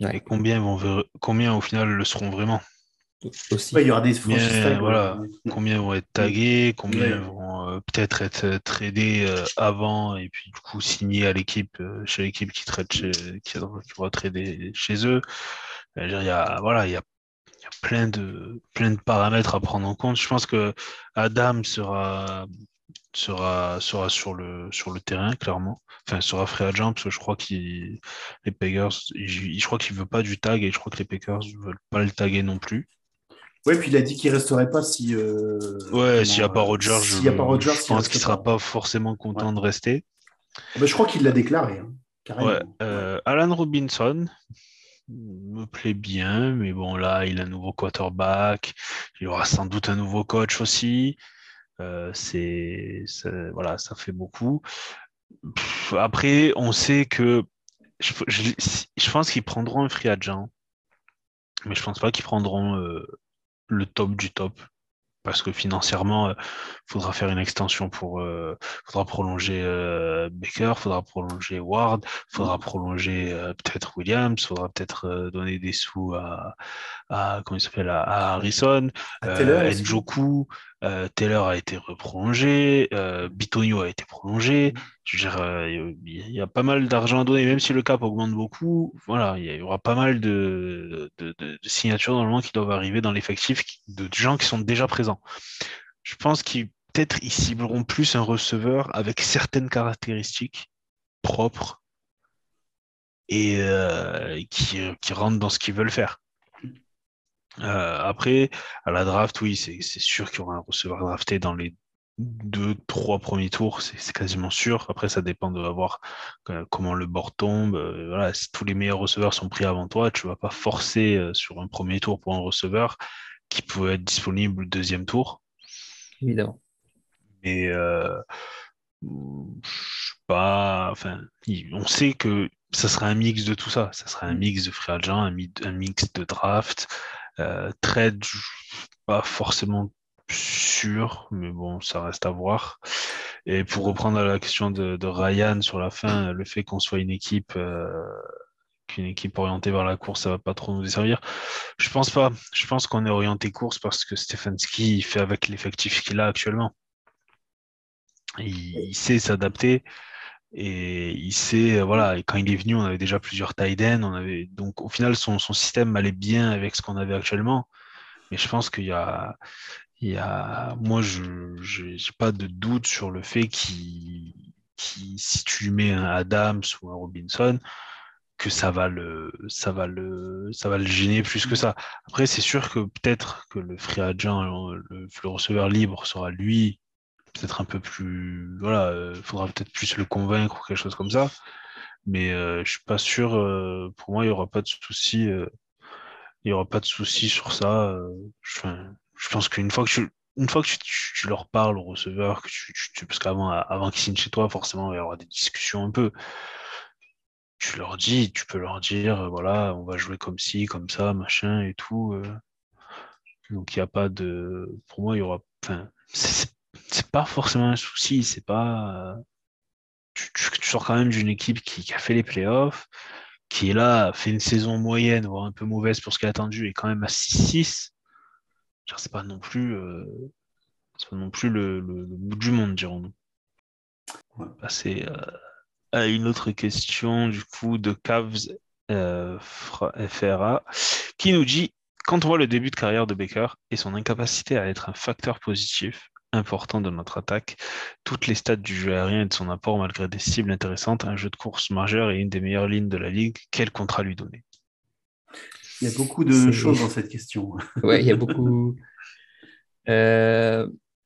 Ouais. Et combien, vont ver- combien au final le seront vraiment? Aussi. Ouais, il y aura des franchises Combien, tag. voilà, Ouais. combien vont être tagués, Ouais. combien vont euh, peut-être être euh, tradés euh, avant et puis du coup signés à l'équipe, euh, chez l'équipe qui traite chez, qui, qui va trader chez eux. Je veux dire, il y a, voilà, il y a, il y a plein de, plein de paramètres à prendre en compte. Je pense que Adam sera, sera, sera sur le, sur le terrain, clairement. Enfin, sera free agent parce que je crois qu'il, les Packers, il- je crois qu'il veut pas du tag et je crois que les Packers ne veulent pas le taguer non plus. Ouais, puis il a dit qu'il resterait pas si euh, Ouais, s'il n'y a comment pas euh, Rodgers, je, s'il y a pas Rodgers, je il pense qu'il reste sera pas. pas forcément Ouais. content de rester. Ah ben, je crois qu'il l'a déclaré, hein, Ouais, carrément. Ouais. euh, Alan Robinson me plaît bien, mais bon, là, il a un nouveau quarterback. Il y aura sans doute un nouveau coach aussi. Euh, c'est, c'est- voilà, ça fait beaucoup. Pff, après, on sait que je, je, je pense qu'ils prendront un free agent, mais je pense pas qu'ils prendront euh, le top du top. Parce que financièrement, il faudra faire une extension pour, euh, faudra prolonger euh, Baker, faudra prolonger Ward, faudra prolonger euh, peut-être Williams, faudra peut-être euh, donner des sous à, à comment il s'appelle, à, à Harrison, À Taylor euh, aussi. Njoku, euh, Taylor a été reprolongé, euh, Bitonio a été prolongé. Je veux dire, euh, il y a pas mal d'argent à donner, même si le cap augmente beaucoup. Voilà, il y aura pas mal de, de, de, de signatures normalement qui doivent arriver dans l'effectif qui- de gens qui sont déjà présents. Je pense qu'ils peut-être ils cibleront plus un receveur avec certaines caractéristiques propres et euh, qui, qui rentrent dans ce qu'ils veulent faire. Euh, après, à la draft, oui, c'est c'est sûr qu'il y aura un receveur drafté dans les deux, trois premiers tours, c'est c'est quasiment sûr. Après, ça dépend de voir euh, comment le board tombe. Euh, voilà, si tous les meilleurs receveurs sont pris avant toi, tu vas pas forcer euh, sur un premier tour pour un receveur qui peut être disponible le deuxième tour. Évidemment. Mais euh, je sais pas, enfin, il- on sait que ça sera un mix de tout ça. Ça sera un mix de free agent, un, mi- un mix de draft, euh, trade, je suis pas forcément sûr, mais bon, ça reste à voir. Et pour reprendre la question de, de Ryan sur la fin, le fait qu'on soit une équipe, euh, qu'une équipe orientée vers la course, ça va pas trop nous desservir. Je pense pas. Je pense qu'on est orienté course parce que Stefanski il fait avec l'effectif qu'il a actuellement. Il, il sait s'adapter. Et il sait, euh, voilà, et quand il est venu, on avait déjà plusieurs tight ends, on avait, donc au final, son, son système allait bien avec ce qu'on avait actuellement. Mais je pense qu'il y a, il y a, moi, je, je- j'ai pas de doute sur le fait qu'il, qu'il- si tu lui mets un Adams ou un Robinson, que ça va le, ça va le, ça va le gêner plus que ça. Après, c'est sûr que peut-être que le free agent, le, le receveur libre sera lui peut-être un peu plus, voilà, euh, faudra peut-être plus le convaincre ou quelque chose comme ça. Mais euh, je suis pas sûr. Euh, pour moi, il y aura pas de souci. euh, il y aura pas de souci sur ça. euh, je, enfin, je pense qu'une fois que tu, une fois que tu, tu- tu leur parles au receveur, que tu, tu- tu- parce qu'avant, avant qu'ils signent chez toi, forcément, il y aura des discussions un peu. Tu leur dis, tu peux leur dire, euh, voilà, on va jouer comme ci, comme ça, machin et tout. euh. Donc il n'y a pas de, pour moi, il y aura, enfin, c'est c'est pas forcément un souci. C'est pas, euh, tu, tu- tu sors quand même d'une équipe qui, qui a fait les playoffs, qui est là, a fait une saison moyenne, voire un peu mauvaise pour ce qui est attendu, et quand même à six six. Genre, C'est pas non plus, euh, c'est pas non plus le, le- le bout du monde, dirons-nous. Ouais. Passer euh, à une autre question, du coup, de Cavs euh, F R A, qui nous dit, quand on voit le début de carrière de Baker et son incapacité à être un facteur positif important de notre attaque, toutes les stats du jeu aérien et de son apport malgré des cibles intéressantes, un jeu de course majeur et une des meilleures lignes de la ligue, quel contrat lui donner? Il y a beaucoup de C'est... choses dans cette question. Ouais, il y a beaucoup. Euh,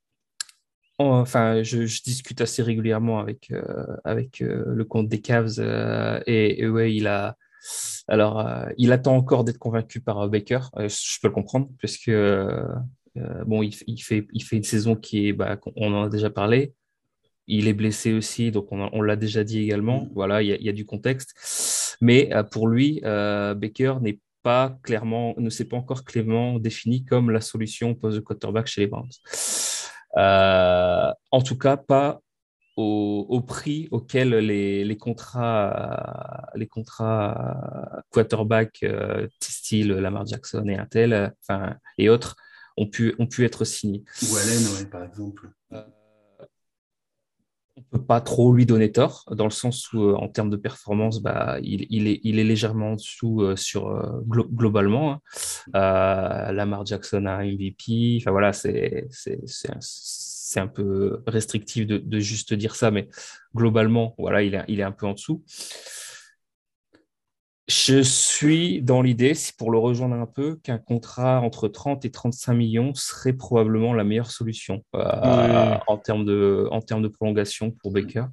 Enfin, je, je discute assez régulièrement avec, euh, avec euh, le compte des Cavs euh, et, et ouais, il a. Alors, euh, il attend encore d'être convaincu par euh, Baker. Euh, je peux le comprendre parce que euh, euh, bon, il, il fait, il fait une saison qui est, bah, on en a déjà parlé. Il est blessé aussi, donc on, a- on l'a déjà dit également. Mm. Voilà, il y a, il y a du contexte. Mais euh, pour lui, euh, Baker n'est pas clairement, ne s'est pas encore clairement défini comme la solution au poste de quarterback chez les Browns. Euh, en tout cas, pas au, au prix auquel les, les contrats, les contrats quarterback, euh, style Lamar Jackson et Intel, euh, enfin, et autres, ont pu, ont pu être signés. Ou Allen, ouais, par exemple. Euh, on peut pas trop lui donner tort, dans le sens où, euh, en termes de performance, bah, il, il est, il est légèrement en dessous euh, sur, euh, glo- globalement, hein. Euh, Lamar Jackson a un M V P. Enfin voilà, c'est c'est c'est un, c'est un peu restrictif de, de juste dire ça, mais globalement, voilà, il est, il est un peu en dessous. Je suis dans l'idée, si pour le rejoindre un peu, qu'un contrat entre trente et trente-cinq millions serait probablement la meilleure solution euh, Oui, en termes de, en termes de prolongation pour Baker.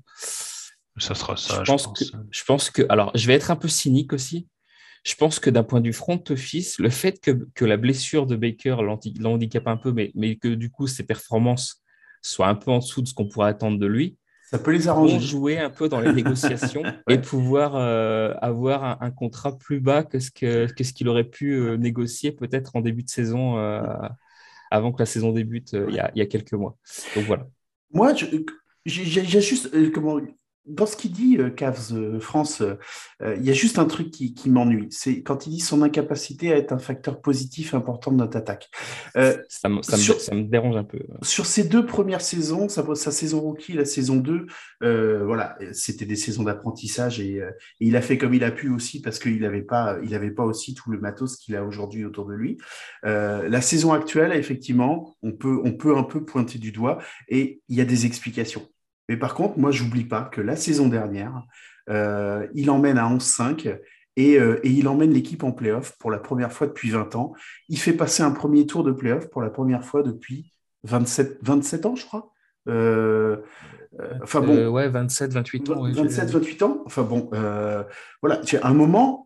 ça sera Je ça, je pense que, pense. je pense que, alors, je vais être un peu cynique aussi. Je pense que d'un point de vue front office, le fait que, que la blessure de Baker l'handi- l'handicape un peu, mais, mais que du coup ses performances soient un peu en dessous de ce qu'on pourrait attendre de lui, Ça peut les vont arranger. jouer un peu dans les négociations et Ouais. pouvoir euh, avoir un, un contrat plus bas que ce que, que ce qu'il aurait pu euh, négocier peut-être en début de saison, euh, avant que la saison débute euh, il y a, il y a quelques mois. Donc voilà. Moi, je- j'ai j'ai- j'ai juste, euh, comment, dans ce qu'il dit, euh, Cavs euh, France, euh, euh, il y a juste un truc qui, qui m'ennuie. C'est quand il dit son incapacité à être un facteur positif important de notre attaque. Euh, Ça me, ça me, sur, dé- ça me dérange un peu. sur ces deux premières saisons, sa, sa saison rookie et la saison deux, euh, voilà, c'était des saisons d'apprentissage et, euh, et il a fait comme il a pu aussi parce qu'il n'avait pas, il avait pas aussi tout le matos qu'il a aujourd'hui autour de lui. Euh, la saison actuelle, effectivement, on peut, on peut un peu pointer du doigt et il y a des explications. Mais par contre, moi, j'oublie pas que la saison dernière, euh, il emmène à onze cinq et, euh, et il emmène l'équipe en playoff pour la première fois depuis vingt ans. Il fait passer un premier tour de playoff pour la première fois depuis vingt-sept, vingt-sept ans, je crois. Euh, euh, enfin Euh, bon, ouais, vingt-sept, vingt-huit ans. Ouais, vingt-sept, j'ai- vingt-huit ans. Enfin bon, euh, voilà, j'ai un moment,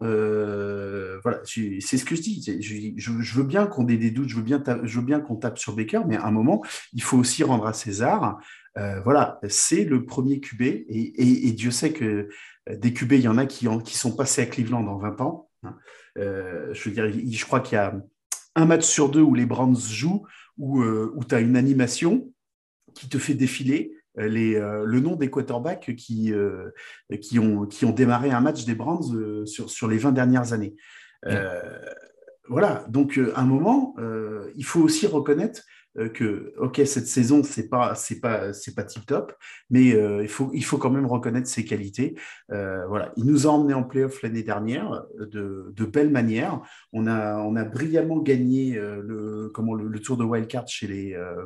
euh, voilà, j'ai- c'est ce que je dis. c'est- Je, je- je veux bien qu'on ait des doutes, je veux bien, ta- je veux bien qu'on tape sur Baker, mais à un moment, il faut aussi rendre à César. Euh, voilà, c'est le premier Q B, et, et- et Dieu sait que euh, des Q B, il y en a qui, en- qui sont passés à Cleveland en vingt ans, hein. Euh, je veux dire, il- je crois qu'il y a un match sur deux où les Browns jouent, où, euh, où tu as une animation qui te fait défiler euh, les, euh, le nom des quarterbacks qui, euh, qui, ont, qui ont démarré un match des Browns euh, sur, sur les vingt dernières années. Ouais. Euh, voilà, donc euh, à un moment, euh, il faut aussi reconnaître euh, que, ok, cette saison, c'est pas, c'est pas, c'est pas tip top, mais euh, il faut, il faut quand même reconnaître ses qualités. Euh, voilà, il nous a emmenés en playoff l'année dernière de, de belle manière. On a, on a brillamment gagné euh, le, comment, le, le tour de wildcard chez les, euh,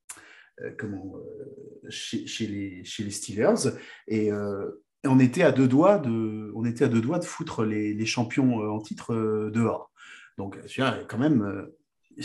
euh, comment, euh, chez, chez, les, chez les Steelers. Et, euh, et on était à deux doigts de, on était à deux doigts de foutre les, les champions euh, en titre euh, dehors. Donc, je veux dire, quand même, euh,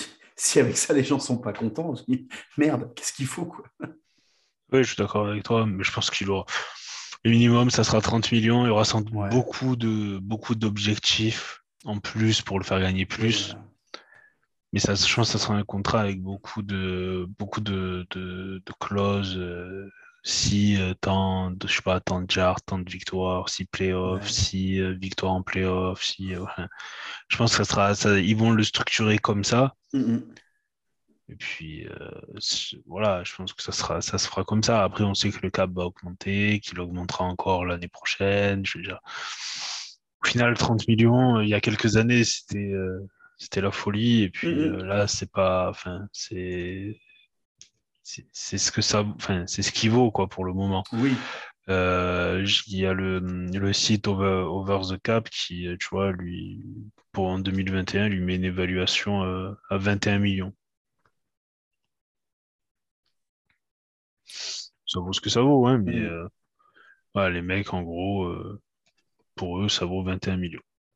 si avec ça les gens sont pas contents, je dis, merde, qu'est-ce qu'il faut, quoi. Oui, je suis d'accord avec toi, mais je pense qu'il aura. Le minimum, ça sera trente millions. Il y aura sans doute Ouais, beaucoup de, beaucoup d'objectifs en plus pour le faire gagner oui, plus. voilà. Mais ça, je pense que ça sera un contrat avec beaucoup de, beaucoup de, de, de clauses. euh, si euh, tant de, je sais pas, tant de yards, tant de victoires, si playoff, Ouais. si euh, victoire en playoff, si, euh, ouais. Je pense que ça sera, ça, ils vont le structurer comme ça. Mm-mm. Et puis, euh, c'est- voilà, je pense que ça sera, ça se fera comme ça. Après, on sait que le cap va augmenter, qu'il augmentera encore l'année prochaine. Je veux dire, au final, trente millions, euh, il y a quelques années, c'était, euh, c'était la folie. Et puis Mm-mm. euh, là, c'est pas, enfin, c'est, c'est c'est ce que ça, enfin, c'est ce qu'il vaut, quoi, pour le moment. Oui. Euh, j- il y a le, le site Over, Over the Cap qui, euh, tu vois, lui, pour en deux mille vingt et un, lui met une évaluation euh, à vingt et un millions. Ça vaut ce que ça vaut, hein, mais Mm. euh, ouais, les mecs, en gros, euh, pour eux, ça vaut vingt et un millions.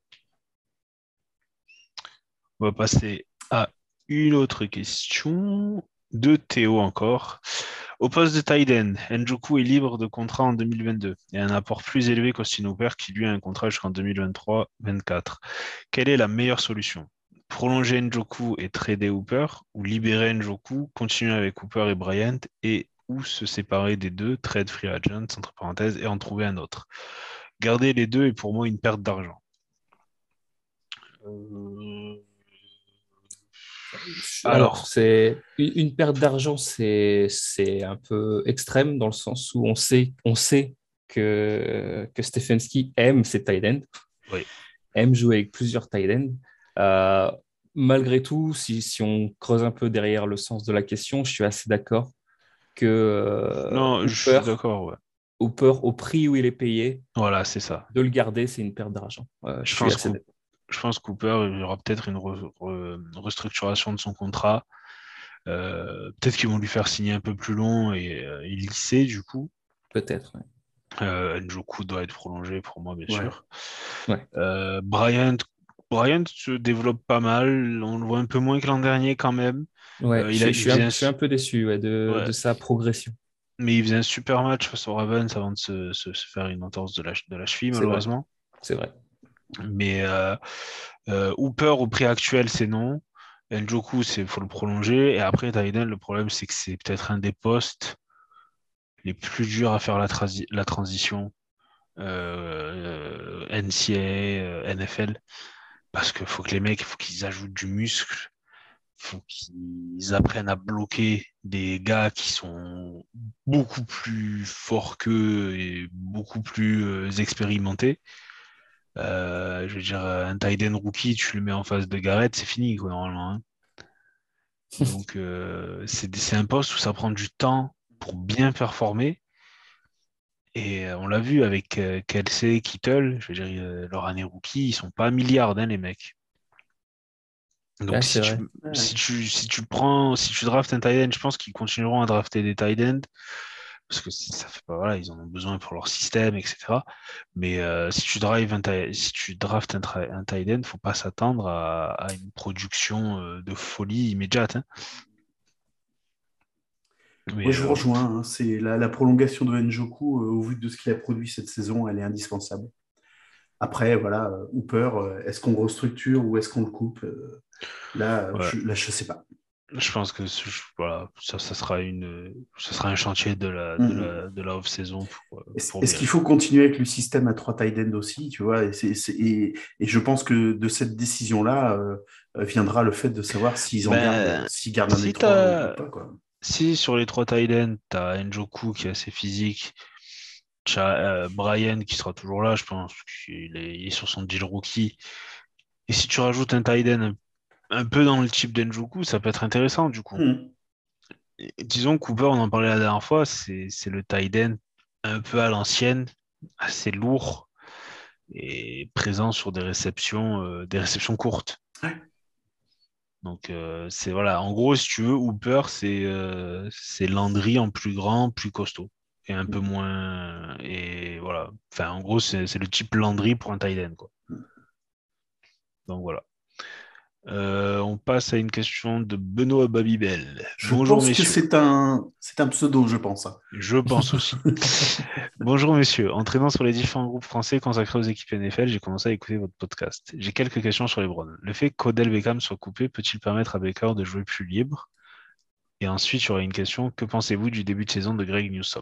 On va passer à une autre question de Théo encore. Au poste de tight end, Njoku est libre de contrat en deux mille vingt-deux et a un apport plus élevé qu'Austin Hooper qui lui a un contrat jusqu'en deux mille vingt-trois vingt-quatre. Quelle est la meilleure solution? Prolonger Njoku et trader Hooper ou libérer Njoku, continuer avec Hooper et Bryant et ou se séparer des deux, trade free agent, entre parenthèses, et en trouver un autre. Garder les deux est pour moi une perte d'argent. Euh, Alors, Alors, c'est une, une perte d'argent, c'est c'est un peu extrême dans le sens où on sait, on sait que, que Stefanski aime ses tight ends, oui. aime jouer avec plusieurs tight ends. Euh, Malgré tout, si, si on creuse un peu derrière le sens de la question, je suis assez d'accord que euh, Non, je Hooper, suis d'accord, ouais. Hooper, au prix où il est payé, Voilà, c'est ça. de le garder, c'est une perte d'argent. Euh, je Je suis pense assez qu'Hoo- d'accord. je pense qu'Hooper, il y aura peut-être une re- re- restructuration de son contrat. Euh, peut-être qu'ils vont lui faire signer un peu plus long et euh, il lycée, du coup. Peut-être. Ouais. Euh, Njoku doit être prolongé pour moi, bien Ouais. sûr. Ouais. Euh, Bryant, Bryant se développe pas mal. On le voit un peu moins que l'an dernier quand même. Ouais, Euh, je, il a, suis je il suis un, faisait un, je suis un su- peu déçu ouais, de, ouais, de sa progression. mais il faisait un super match face aux Ravens avant de se, se- se faire une entorse de la, de la cheville, C'est vrai. malheureusement. C'est vrai. Mais euh, euh, Hooper, au prix actuel, c'est non. Njoku, c'est faut le prolonger. Et après, Tyden, le problème, c'est que c'est peut-être un des postes les plus durs à faire la, transi- la transition euh, N C A A, euh, N F L. Parce qu'il faut que les mecs, il faut qu'ils ajoutent du muscle. Il faut qu'ils apprennent à bloquer des gars qui sont beaucoup plus forts qu'eux et beaucoup plus euh, expérimentés. Euh, je veux dire, un tight end rookie, tu le mets en face de Garrett, c'est fini, quoi, normalement, hein. Donc, euh, c'est c'est un poste où ça prend du temps pour bien performer. Et euh, on l'a vu avec euh, Kelsey, Kittle, je veux dire, euh, leur année rookie, ils sont pas milliards, hein, les mecs. Ouais, Donc, si c'est tu, vrai. Ouais. si tu, si tu prends, si tu draftes un tight end, je pense qu'ils continueront à drafter des tight ends parce que ça fait pas, voilà, ils en ont besoin pour leur système, et cetera. Mais euh, si tu drives un ti- si tu draftes un, tra- un tight end, faut pas s'attendre à, à une production euh, de folie immédiate, hein. Moi, Mais je vous euh, rejoins, hein. C'est la, la prolongation de Njoku, euh, au vu de ce qu'il a produit cette saison, elle est indispensable. Après, voilà, euh, Hooper, euh, est-ce qu'on restructure ou est-ce qu'on le coupe? Euh, Là, ouais, je, là, je sais pas. je pense que ce- voilà, ça, ça sera une, ça sera un chantier de la, de Mhm. la, de la off-saison pour, euh, Est-ce pour est-ce qu'il Bill. faut continuer avec le système à trois tight ends aussi, tu vois? Et, c'est- c'est- et- et je pense que de cette décision-là euh, euh, viendra le fait de savoir s'ils en gardent, Ben, s'ils gardent un des si trois ou, ou t'as, pas, quoi. si sur les trois tight ends, t'as Njoku qui est assez physique, t'as euh, Brian qui sera toujours là, je pense qu'il est, il est sur son deal rookie. Et si tu rajoutes un tight end un, un peu dans le type d'Njoku, ça peut être intéressant du coup. Mhm. Et disons Cooper, on en parlait la dernière fois, c'est c'est le tight end un peu à l'ancienne, assez lourd et présent sur des réceptions, euh, des réceptions courtes. Ouais. Donc euh, c'est voilà, en gros, si tu veux, Hooper, c'est euh, c'est Landry en plus grand, plus costaud et un peu moins et voilà. Enfin, en gros, c'est c'est le type Landry pour un tight end, quoi. Donc voilà. Euh, on passe à une question de Benoît Babybel. Je Bonjour pense que messieurs. c'est un, c'est un pseudo, je pense, hein. Je pense aussi. Bonjour messieurs. Entraînant sur les différents groupes français consacrés aux équipes N F L, j'ai commencé à écouter votre podcast. J'ai quelques questions sur les Browns. Le fait qu'Odell Beckham soit coupé peut-il permettre à Baker de jouer plus libre? Et ensuite, il y aurait une question. Que pensez-vous du début de saison de Greg Newsome?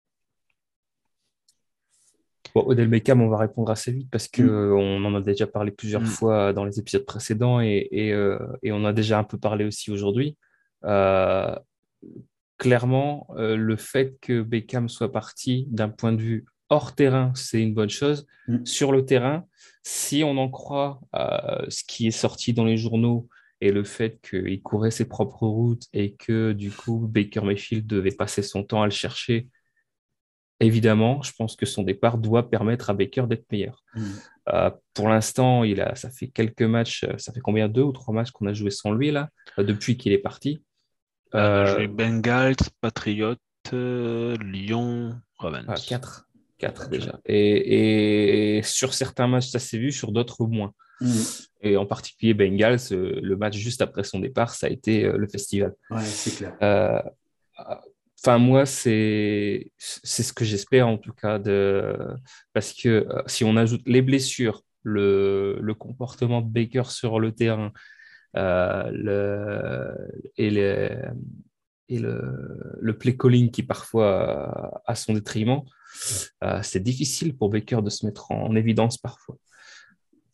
Bon, Odell Beckham, on va répondre assez vite parce que Mhm. euh, on en a déjà parlé plusieurs Hmm. fois dans les épisodes précédents et, et, euh, et on a déjà un peu parlé aussi aujourd'hui. Euh, Clairement, euh, le fait que Beckham soit parti d'un point de vue hors terrain, c'est une bonne chose. Mhm. Sur le terrain, si on en croit à ce qui est sorti dans les journaux et le fait qu'il courait ses propres routes et que du coup Baker Mayfield devait passer son temps à le chercher, évidemment, je pense que son départ doit permettre à Baker d'être meilleur. Mhm. Euh, pour l'instant, il a, ça fait quelques matchs, euh, ça fait combien, deux ou trois matchs qu'on a joué sans lui là, euh, depuis qu'il est parti. On a joué Euh, Bengals, Patriots, euh, Lyon, Voilà, Ravens. quatre. Quatre Quatre, ouais. déjà. Et, et sur certains matchs, ça s'est vu, sur d'autres moins. Mhm. Et en particulier Bengals, euh, le match juste après son départ, ça a été euh, le festival. Ouais, c'est clair. Euh, Enfin, moi, c'est c'est ce que j'espère en tout cas, de... parce que euh, si on ajoute les blessures, le, le comportement de Baker sur le terrain euh, le... et, les... et le... le play calling qui parfois euh, a son détriment, euh, c'est difficile pour Baker de se mettre en évidence parfois.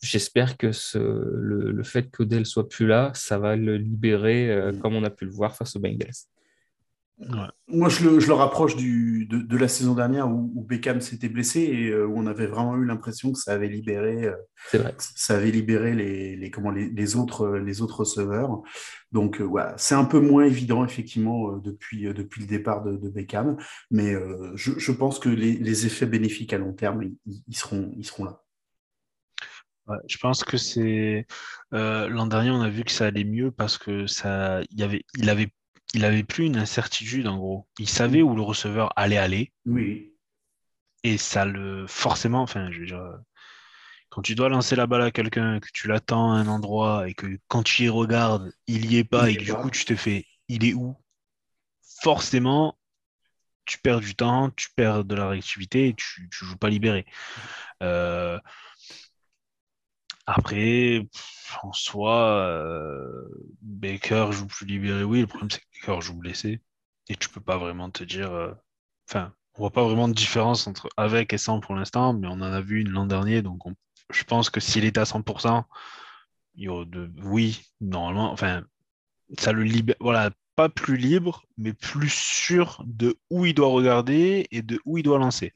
j'espère que ce, le, le fait qu'Odell soit plus là, ça va le libérer, euh, Mm. comme on a pu le voir face aux Bengals. Ouais. Moi, je le, je le rapproche du, de, de la saison dernière où, où Beckham s'était blessé et euh, où on avait vraiment eu l'impression que ça avait libéré, euh, C'est vrai. ça avait libéré les, les, comment, les, les autres, les autres receveurs. Donc, euh, voilà, c'est un peu moins évident, effectivement, euh, depuis, euh, depuis le départ de, de Beckham. Mais euh, je, je pense que les, les effets bénéfiques à long terme, ils, ils seront, ils seront là. Ouais, je pense que c'est euh, l'an dernier, on a vu que ça allait mieux parce que ça, il y avait, il avait, il avait plus une incertitude en gros. Il savait où le receveur allait aller Oui, et ça le forcément. Enfin, je veux dire, quand tu dois lancer la balle à quelqu'un, que tu l'attends à un endroit et que quand tu y regardes, il y est il pas et n'y que est du coup pas. tu te fais, il est où? Forcément, tu perds du temps, tu perds de la réactivité et tu, tu joues pas libéré. Euh, Après, pff, en soi, euh, Baker joue plus libéré, oui. Le problème, c'est que Baker joue blessé. Et tu peux pas vraiment te dire. euh, Enfin, on voit pas vraiment de différence entre avec et sans pour l'instant, mais on en a vu une l'an dernier. Donc, on- je pense que s'il était à cent pour cent, il y aurait de... oui, normalement. Enfin, ça le libère. Voilà, pas plus libre, mais plus sûr de où il doit regarder et de où il doit lancer.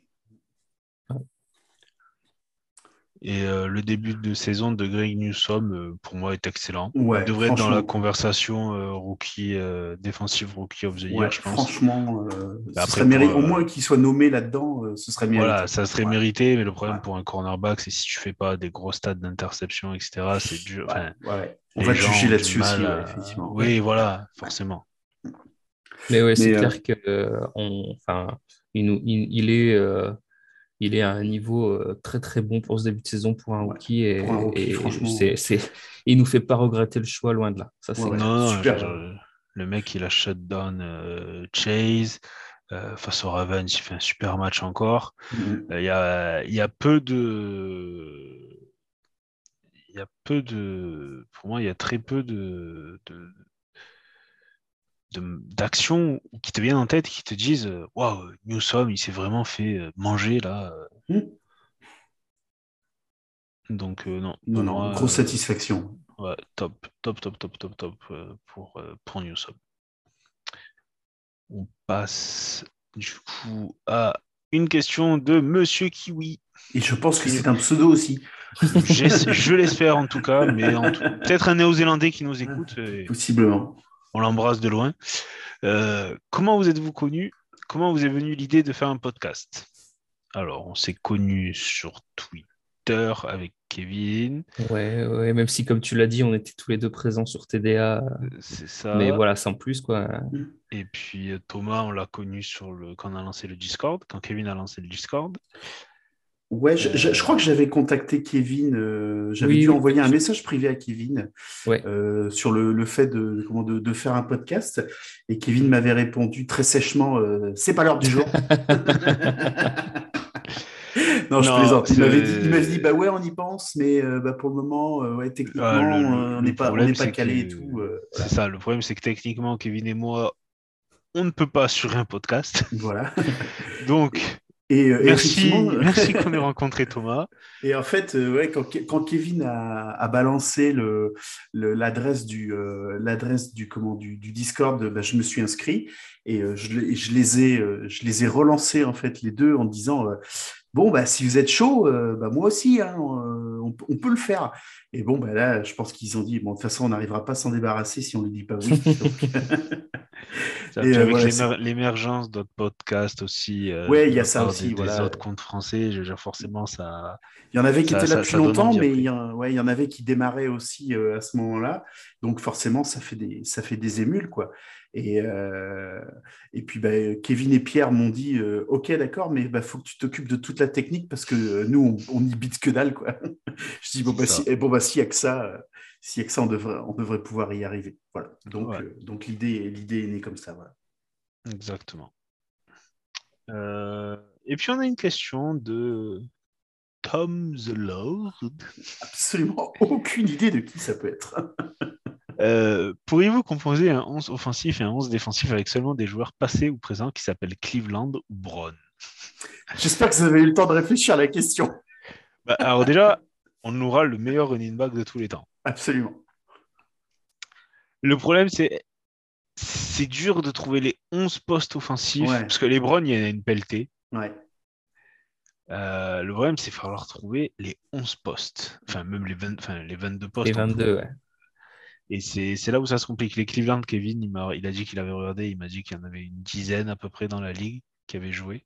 Et euh, le début de saison de Greg Newsome, euh, pour moi, est excellent. Il Ouais, devrait être dans la franchement. conversation euh, rookie, euh, defensive rookie of the year, Ouais, je pense. franchement, euh, Mais ce après, serait pour mérité, au euh, moins qu'il soit nommé là-dedans, euh, ce serait voilà, mérité. ça serait Ouais, mérité, mais le ouais, problème pour un cornerback, c'est si tu fais pas des gros stats d'interception, et cetera, c'est dur. ouais, Enfin, ouais. On va les te gens juger ont du là-dessus aussi, mal ouais, à. effectivement. Ouais, Oui, voilà, ouais. forcément. Mais ouais, c'est Mais euh, clair que euh, on, enfin, il, nous, il, il est, euh, il est à un niveau euh, très très bon pour ce début de saison pour un ouais, rookie pour un rookie, et, et franchement, c'est, c'est, il nous fait pas regretter le choix loin de là. Ça ouais, c'est ouais, clair. Non, non, je veux super. dire, le mec, il a shutdown euh, Chase. Euh, face au Ravens, il fait un super match encore. Mhm. Euh, Il y a, il y a peu de. Il y a peu de. Pour moi, il y a très peu de, de, de- d'actions qui te viennent en tête et qui te disent euh, waouh, Newsom, il s'est vraiment fait euh, manger là. Mhm. Donc, euh, non, Non, pour non, moi, grosse euh, satisfaction. ouais, top, top, top, top, top, top euh, pour, euh, pour Newsom. On passe du coup à une question de Monsieur Kiwi. Et je pense que Qui nous- c'est un pseudo aussi. J'ess- Je l'espère en tout cas, mais en tout- peut-être un Néo-Zélandais qui nous écoute, et Possiblement. on l'embrasse de loin. Euh, comment vous êtes-vous connu? Comment vous est venue l'idée de faire un podcast? Alors, on s'est connus sur Twitter avec Kevin, Ouais, ouais, même si comme tu l'as dit, on était tous les deux présents sur T D A, euh, c'est mais ça. voilà, sans plus quoi. Et puis euh, Thomas, on l'a connu sur le quand on a lancé le Discord, quand Kevin a lancé le Discord. Ouais, je, je- je crois que Euh, j'avais contacté Kevin, euh, j'avais Oui, dû oui, envoyer un je- message privé à Kevin ouais. euh, sur le, le fait de, comment, de, de faire un podcast. Et Kevin hmm. m'avait répondu très sèchement, euh, c'est pas l'heure du jour. Non, je Non, plaisante. Il m'avait dit, il m'avait dit, bah c'est ouais, on y pense, mais euh, bah, pour le moment, euh, ouais, ah, techniquement, le, le- euh, on n'est le pas, on n'est problème, pas c'est calé et que tout. euh, c'est ça. Le problème, c'est que techniquement, Kevin et moi, on ne peut pas assurer un podcast. voilà. Donc, Et, et, euh, effectivement, merci, merci qu'on ait rencontré Thomas. et en fait, euh, ouais, quand, quand Kevin a, a balancé le, le- l'adresse du, euh, l'adresse du, comment, du, du Discord, bah, je me suis inscrit et euh, je, les- je les ai, euh, je les ai relancés en fait les deux en disant euh, bon bah si vous êtes chaud, euh, bah moi aussi, hein, euh, on, on peut le faire. Et bon bah là, je pense qu'ils ont dit bon de toute façon on n'arrivera pas à s'en débarrasser si on lui dit pas oui. Donc, Ça, et puis euh, avec voilà, l'émer- c'est l'émergence d'autres podcasts aussi euh, ouais, il de y a la ça part des, aussi, des voilà. autres comptes français, je veux dire, forcément, ça, Il y en avait qui ça, étaient là ça, depuis ça donne longtemps, envie mais il après. y, en, ouais, il y en avait qui démarraient aussi euh, à ce moment-là. Donc forcément, ça fait des, ça fait des émules, quoi. Et, euh, et puis, bah, Kevin et Pierre m'ont dit, euh, OK, d'accord, mais il bah, faut que tu t'occupes de toute la technique parce que euh, nous, on, on y bite que dalle, quoi. Je dis, bon, C'est bah, si, ça. eh, bon, bah, s'il n'y a que ça, euh, s'il y a que ça, on devrait, on devrait pouvoir y arriver. Voilà. Donc, Ouais, euh, donc l'idée, l'idée est née comme ça, voilà. exactement. Euh, et puis, on a une question de Tom the Lord. Absolument aucune idée de qui ça peut être. Euh, pourriez-vous composer un onze offensif et un onze défensif avec seulement des joueurs passés ou présents qui s'appellent Cleveland ou Brown? J'espère que vous avez eu le temps de réfléchir à la question. Bah, alors déjà, on aura le meilleur running back de tous les temps. Absolument. Le problème, c'est c'est dur de trouver les onze postes offensifs, Ouais. parce que les Browns, il y en a une pelletée. Ouais. Euh, le problème, c'est qu'il va falloir trouver les onze postes. Enfin, même les, vingt, enfin, les vingt-deux postes. Les vingt-deux, ouais. Et c'est, c'est là où ça se complique. Les Cleveland, Kevin, il, m'a, il a dit qu'il avait regardé, il m'a dit qu'il y en avait une dizaine à peu près dans la ligue qui avaient joué.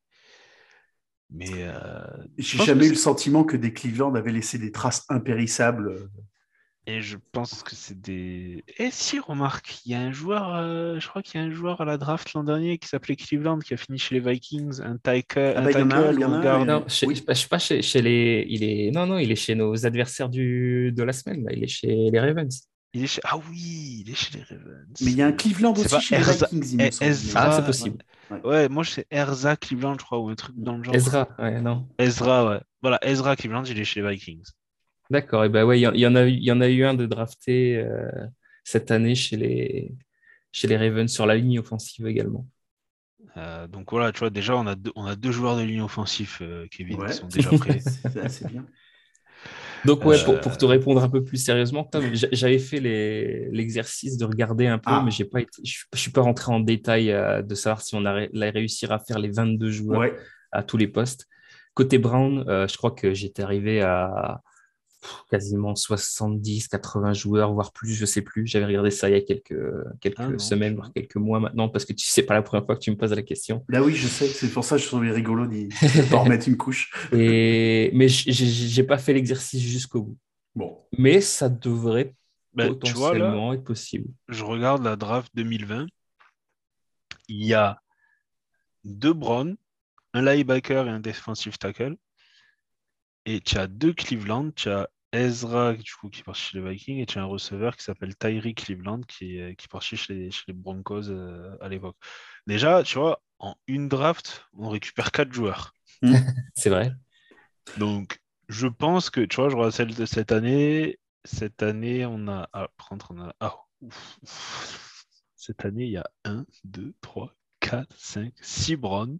Mais euh, j'ai jamais eu le sentiment que des Cleveland avaient laissé des traces impérissables. Et je pense que c'est des. Et si, remarque, il y a un joueur, euh, je crois qu'il y a un joueur à la draft l'an dernier qui s'appelait Cleveland, qui a fini chez les Vikings, un tackle, ah un bah, tackle un, ou un, un garde. Non, chez, oui. je ne sais pas chez, chez les. Il est, non, non, il est chez nos adversaires du, de la semaine. Là. Il est chez les Ravens. Il est chez... Ah oui, il est chez les Ravens. Mais il y a un Cleveland c'est aussi chez Erza... les Vikings, il me semble. Ezra... Ah, c'est possible. Ouais, ouais moi, c'est Erza Cleveland, je crois, ou un truc dans le genre. Ezra, ouais, non. Ezra, ouais. Voilà, Ezra Cleveland, il est chez les Vikings. D'accord, et ben ouais, il y, y en a eu, il y en a eu un de drafté euh, cette année chez les, chez les Ravens sur la ligne offensive également. Euh, donc voilà, tu vois, déjà, on a deux, on a deux joueurs de ligne offensive, euh, Kevin, ouais. qui sont déjà prêts. c'est assez bien. Donc ouais, euh... pour, pour te répondre un peu plus sérieusement, Tom, j'avais fait les, l'exercice de regarder un peu, ah. mais j'ai pas été, je ne suis pas rentré en détail euh, de savoir si on allait réussir à faire les vingt-deux joueurs ouais. à tous les postes. Côté Brown, euh, je crois que j'étais arrivé à quasiment soixante-dix, quatre-vingts joueurs, voire plus, je sais plus. J'avais regardé ça il y a quelques, quelques ah non, semaines, voire quelques mois maintenant, parce que tu sais pas la première fois que tu me poses la question. Là oui, je sais, c'est pour ça que je trouvais rigolo de remettre une couche. Et... Mais j'ai pas fait l'exercice jusqu'au bout. Bon. Mais ça devrait ben, potentiellement tu vois, là, être possible. Je regarde la draft deux mille vingt. Il y a deux Browns, un linebacker et un defensive tackle. Et tu as deux Cleveland, tu as Ezra du coup, qui part chez les Vikings et tu as un receveur qui s'appelle Tyree Cleveland qui, qui part chez les, chez les Broncos euh, à l'époque. Déjà, tu vois, en une draft, on récupère quatre joueurs. C'est vrai. Donc, je pense que, tu vois, je regarde celle de cette année. Cette année, on a. Ah, prendre, on a. Ah, ouf, ouf. Cette année, il y a un, deux, trois, quatre, cinq, six Browns.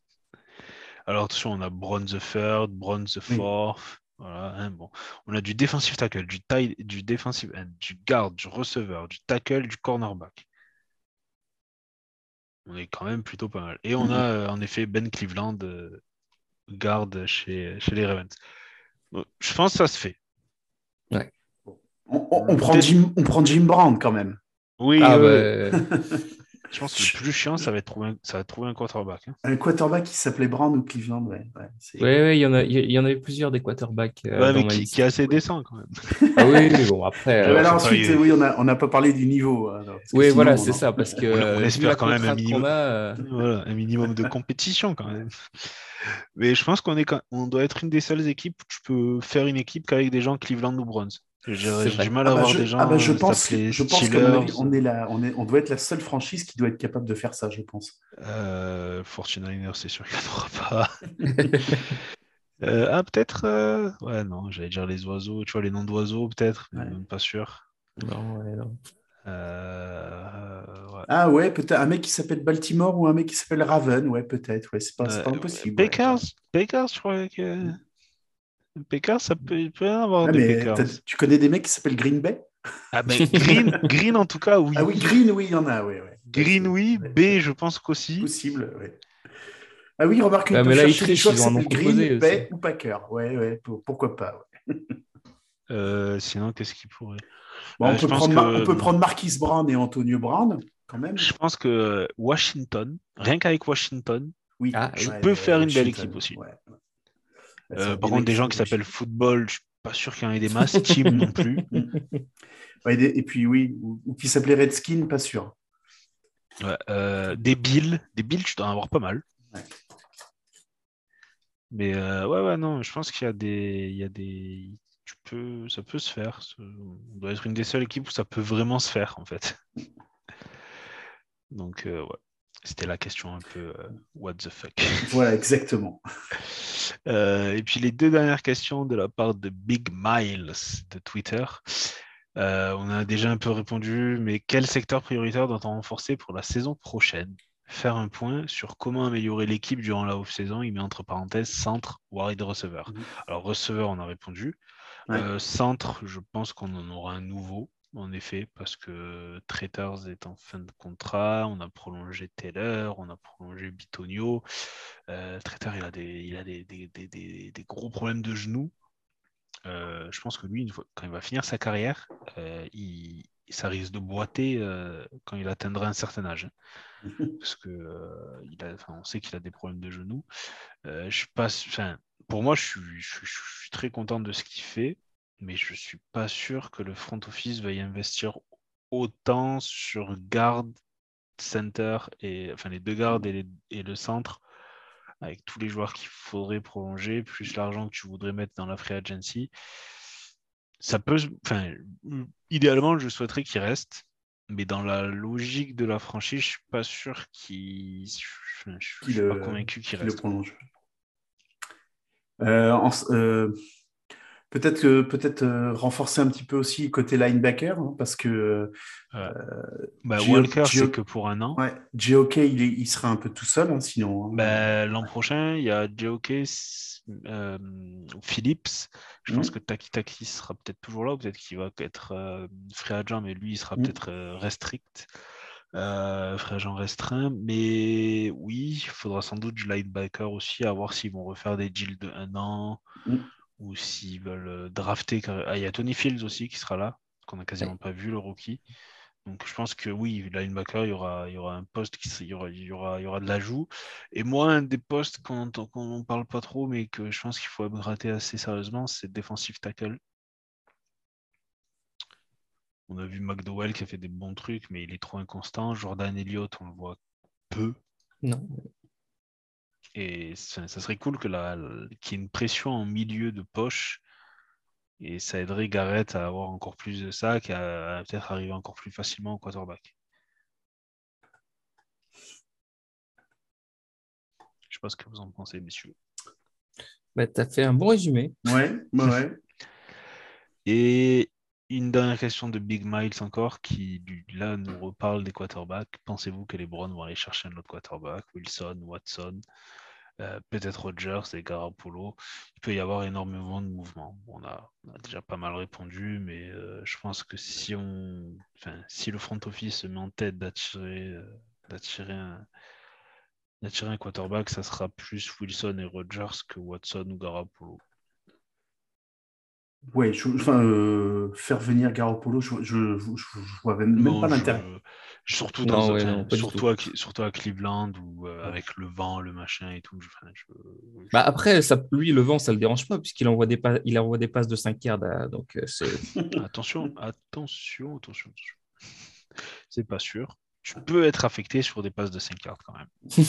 Alors attention, on a Brown the third, Brown the fourth, oui. Voilà, hein, bon. On a du defensive tackle, du, taille, du defensive end, du guard, du receveur, du tackle, du cornerback. On est quand même plutôt pas mal. Et on mm-hmm. a euh, en effet Ben Cleveland, euh, garde chez, chez les Ravens. Bon, je pense que ça se fait. Ouais. On, on, on, prend Jim, on prend Jim Brown quand même. Oui, ah, euh, bah... Je pense que le plus chiant, ça va être trouver un, ça va être trouver un quarterback. Hein. Un quarterback qui s'appelait Brown ou Cleveland, ouais. Ouais, oui, ouais, il y en a, il y en avait plusieurs des quarterbacks euh, ouais, dans mais ma qui, liste. qui est assez décent quand même. Ah oui, mais bon après. Euh, alors, pas, ensuite, il... oui, on n'a on a pas parlé du niveau. Alors, oui, sinon, voilà, c'est non. ça, parce que on, on espère quand même un minimum, a, euh... voilà, un minimum de compétition quand même. Mais je pense qu'on est, on doit être une des seules équipes où tu peux faire une équipe qu'avec des gens Cleveland ou Browns. J'ai, j'ai du mal à ah bah avoir je, des gens. Ah bah je pense, je pense qu'à mon avis, on, est la, on, est, on doit être la seule franchise qui doit être capable de faire ça, je pense. Euh, forty-niners, c'est sûr qu'il n'y en aura pas. euh, ah, peut-être. Euh... Ouais, non, j'allais dire les oiseaux, tu vois, les noms d'oiseaux, peut-être, mais ouais. Même pas sûr. Non, ouais, non. Euh... Ouais. Ah ouais, peut-être un mec qui s'appelle Baltimore ou un mec qui s'appelle Raven, ouais, peut-être. Ouais, c'est pas, c'est euh, pas impossible. Packers, ouais. Packers, je crois que. Mm. Packers, ça peut, il peut y en avoir ah, des mais Packers. Tu connais des mecs qui s'appellent Green Bay? Ah ben Green, Green en tout cas, oui. Ah oui, Green, oui, il y en a, oui. Ouais. Green, oui. Ouais. B, je pense qu'aussi. Possible, oui. Ah oui, remarque, ah, ils mais peuvent là, chercher des joueurs qui s'appellent Green, Bay aussi. ou Packer. Ouais, ouais, pourquoi pas. Ouais. Euh, sinon, qu'est-ce qu'il pourrait bon, euh, on, peut prendre, que... on peut prendre Marquise Brown et Antonio Brown, quand même. Je pense que Washington, rien qu'avec Washington, oui. ah, tu ouais, peux faire Washington, une belle équipe aussi. Ouais. Euh, par contre, des gens qui s'appellent football, je suis pas sûr qu'il y en ait des masses. Team non plus. Ouais, et puis oui, ou, ou qui s'appelait Redskin, pas sûr. Ouais, euh, des Bills, des Bills, tu dois en avoir pas mal. Ouais. Mais euh, ouais, ouais, non, je pense qu'il y a des, il y a des, tu peux, ça peut se faire. On doit être une des seules équipes où ça peut vraiment se faire en fait. Donc euh, ouais, c'était la question un peu euh, what the fuck. Voilà, exactement. euh, et puis les deux dernières questions de la part de Big Miles de Twitter. Euh, on a déjà un peu répondu, mais quel secteur prioritaire doit-on renforcer pour la saison prochaine? Faire un point sur comment améliorer l'équipe durant la off-saison. Il met entre parenthèses centre, wide receiver. Mmh. Alors, receveur, on a répondu. Ouais. Euh, centre, je pense qu'on en aura un nouveau, en effet, parce que Traitors est en fin de contrat. On a prolongé Taylor, on a prolongé Bitonio. Euh, Traitor, il a des, il a des, des, des, des, des gros problèmes de genoux. Euh, je pense que lui, une fois, quand il va finir sa carrière, euh, il, ça risque de boiter euh, quand il atteindra un certain âge. Hein. Parce que euh, il a, on sait qu'il a des problèmes de genoux. Euh, je suis pas, enfin, pour moi, je suis, je, suis- je suis très content de ce qu'il fait, mais je suis pas sûr que le front office veuille investir autant sur guard, center et enfin les deux gardes et, les- et le centre avec tous les joueurs qu'il faudrait prolonger, plus l'argent que tu voudrais mettre dans la free agency. Ça peut, enfin, idéalement, je souhaiterais qu'il reste, mais dans la logique de la franchise, je suis pas sûr qu'il, enfin, je, je Qui suis pas le, convaincu qu'il qui le reste. Quoi. prolonge. Euh, en- euh, peut-être que peut-être euh, renforcer un petit peu aussi côté linebacker, hein, parce que Ouais. euh, Bah, Gio- Walker, c'est Gio- que pour un an. ouais, J O K, il, est- il sera un peu tout seul, hein, sinon. Hein. Bah, l'an prochain, il y a J O K, euh, Phillips. Je pense Mm, que Taki Taki sera peut-être toujours là, ou peut-être qu'il va être euh, free agent, mais lui, il sera mm. peut-être euh, restrict. Euh, free agent restreint. Mais oui, il faudra sans doute du linebacker aussi, à voir s'ils vont refaire des deals de un an Mm. ou s'ils veulent euh, drafter. Ah, il y a Tony Fields aussi qui sera là, qu'on n'a Ouais. quasiment pas vu, le rookie. Donc je pense que oui, linebacker, il y aura, il y aura un poste qui il y aura, il y aura, il y aura de l'ajout. Et moi, un des postes qu'on n'en parle pas trop, mais que je pense qu'il faut gratter assez sérieusement, c'est defensive tackle. On a vu McDowell qui a fait des bons trucs, mais il est trop inconstant. Jordan Elliott, on le voit peu. Non. Et ça, ça serait cool que la, qu'il y ait une pression en milieu de poche. Et ça aiderait Garrett à avoir encore plus de sacs et à, à peut-être arriver encore plus facilement au quarterback. Je sais pas ce que vous en pensez, messieurs. Bah, tu as fait un bon résumé. Ouais, ouais, ouais. Et une dernière question de Big Miles encore, qui du- là nous reparle des quarterbacks. Pensez-vous que les Browns vont aller chercher un autre quarterback, Wilson, Watson, euh, peut-être Rodgers et Garoppolo? Il peut y avoir énormément de mouvements. On a, on a déjà pas mal répondu, mais euh, je pense que si on, enfin, si le front office se met en tête d'attirer, euh, d'attirer un, d'attirer un quarterback, ça sera plus Wilson et Rodgers que Watson ou Garoppolo. Ouais, je- enfin, euh, faire venir Garoppolo, je, je, je, je vois même, même pas Non, je... l'intérêt. surtout, dans, Non, ouais, enfin, non, pas du tout. surtout, à, surtout à Cleveland ou euh, avec le vent, le machin et tout. je- Enfin, je, Bah je- après, ça, lui, le vent, ça le dérange pas, puisqu'il envoie des, pas, il envoie des passes de cinq yards. à- Donc, euh, c'est... Attention, attention, attention, attention. C'est pas sûr. Tu peux être affecté sur des passes de cinq yards quand même.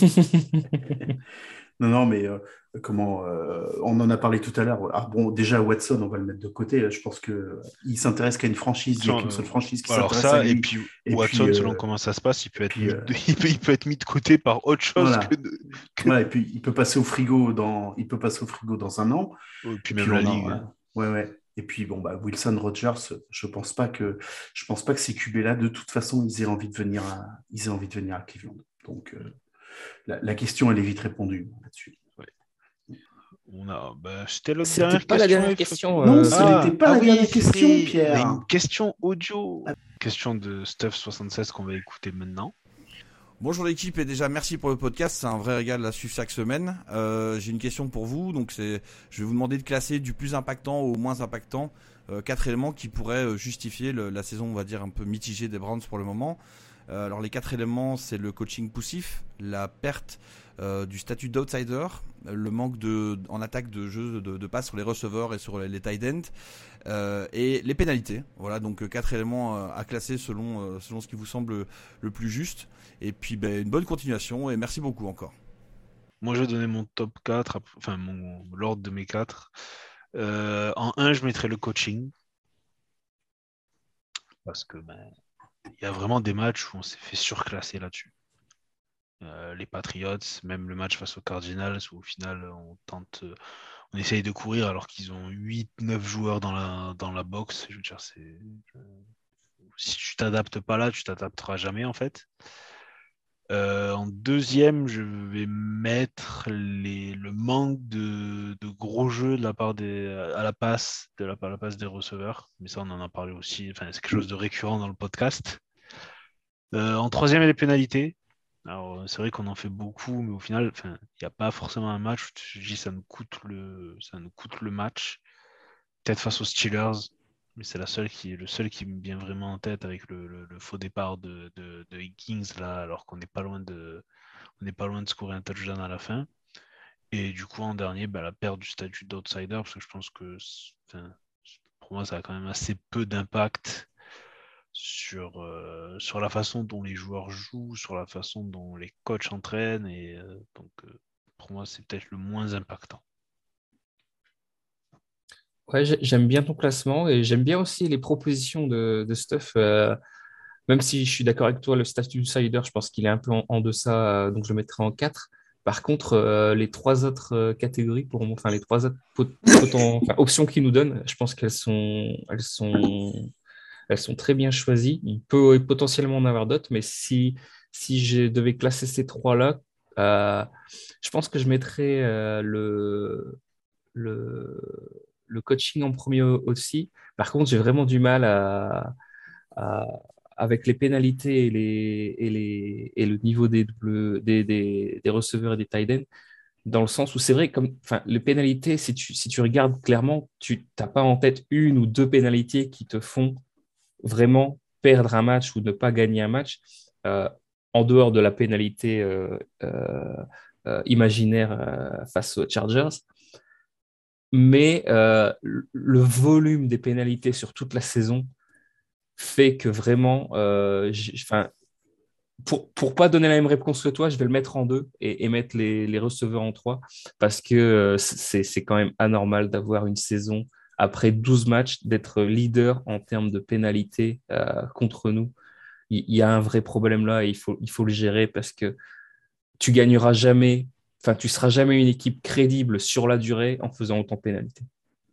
Non, non, mais euh, comment euh, on en a parlé tout à l'heure. Ah, bon, déjà Watson, on va le mettre de côté. Je pense que il s'intéresse qu'à une franchise. Il n'y a qu'une seule Euh, franchise qui alors s'intéresse à ça, et lui. puis Et puis, Watson, selon euh, comment ça se passe, il peut et être puis mis, euh, de- il peut, il peut être mis de côté par autre chose que, voilà. de- que... Voilà. Et puis, il peut passer au frigo dans, il peut passer au frigo dans un an. Et Et puis puis même la on ligue. a, Hein. ouais, ouais. Et puis bon, bah Wilson, Rogers, je pense pas que, je pense pas que ces Q B-là, de toute façon, ils aient envie de venir à, ils aient envie de venir à Cleveland. Donc euh, la, la question, elle est vite répondue là-dessus. Ouais. On a, bah, c'était l'autre C'était dernière pas la question. dernière il faut question. que- Non, euh, ce Philippe. n'était Ah, pas ah la oui, dernière c'est question, vrai. On a Pierre. une question audio. Question de Stuff soixante-seize qu'on va écouter maintenant. Bonjour l'équipe et déjà merci pour le podcast, c'est un vrai régal à suivre chaque semaine. Euh, j'ai une question pour vous, donc c'est, je vais vous demander de classer du plus impactant au moins impactant euh, quatre éléments qui pourraient euh, justifier le, la saison, on va dire un peu mitigée des Browns pour le moment. Euh, alors les quatre éléments, c'est le coaching poussif, la perte euh, du statut d'outsider, le manque de, en attaque de jeu de, de passe sur les receveurs et sur les, les tight ends. Euh, et les pénalités. Voilà, donc euh, quatre éléments euh, à classer selon, euh, selon ce qui vous semble le plus juste. Et puis ben, une bonne continuation et merci beaucoup encore. Moi, je vais donner mon top quatre, enfin mon, l'ordre de mes quatre. Euh, en un, je mettrai le coaching. Parce que ben, il y a vraiment des matchs où on s'est fait surclasser là-dessus. Euh, les Patriots, même le match face aux Cardinals, où au final on tente, euh, on essaye de courir alors qu'ils ont huit neuf joueurs dans la, dans la box. Je veux dire, c'est, si tu t'adaptes pas là, tu t'adapteras jamais en fait. Euh, en deuxième, je vais mettre les, le manque de, de gros jeux de la part des, à la passe, de la, à la passe des receveurs. Mais ça, on en a parlé aussi. Enfin, c'est quelque chose de récurrent dans le podcast. Euh, en troisième, il y a les pénalités. Alors, c'est vrai qu'on en fait beaucoup, mais au final, il n'y a pas forcément un match où tu te dis ça nous coûte le, ça nous coûte le match. Peut-être face aux Steelers, mais c'est la seule qui, le seul qui me vient vraiment en tête avec le, le, le faux départ de, de, de Higgins là, alors qu'on n'est pas loin de, on n'est pas loin de scorer un touchdown à la fin. Et du coup, en dernier, bah, la perte du statut d'outsider, parce que je pense que, enfin, pour moi, ça a quand même assez peu d'impact sur, euh, sur la façon dont les joueurs jouent, sur la façon dont les coachs entraînent. Et euh, donc, euh, pour moi, c'est peut-être le moins impactant. Ouais, j'ai- j'aime bien ton classement et j'aime bien aussi les propositions de, de Stuff. Euh, même si je suis d'accord avec toi, le statut insider, je pense qu'il est un peu en, en deçà, euh, donc je le mettrai en quatre. Par contre, euh, les trois autres euh, catégories, pour moi, enfin les trois autres pot- poten- enfin, options qu'il nous donne, je pense qu'elles sont, elles sont, elles sont très bien choisies. Il peut potentiellement en avoir d'autres, mais si, si je devais classer ces trois-là, euh, je pense que je mettrais euh, le, le, le coaching en premier aussi. Par contre, j'ai vraiment du mal à, à- avec les pénalités et, les, et, les, et le niveau des, double- des, des, des receveurs et des tight ends, dans le sens où c'est vrai, comme, enfin, les pénalités, si tu, si tu regardes clairement, tu n'as pas en tête une ou deux pénalités qui te font vraiment perdre un match ou ne pas gagner un match, euh, en dehors de la pénalité euh, euh, euh, imaginaire euh, face aux Chargers. Mais euh, le volume des pénalités sur toute la saison fait que vraiment, euh, j'ai- enfin, pour pour pas donner la même réponse que toi, je vais le mettre en deux et, et mettre les, les receveurs en trois parce que euh, c'est c'est quand même anormal d'avoir une saison après douze matchs d'être leader en termes de pénalité euh, contre nous. Il, il y a un vrai problème là et il faut il faut le gérer parce que tu gagneras jamais, enfin tu seras jamais une équipe crédible sur la durée en faisant autant de pénalités.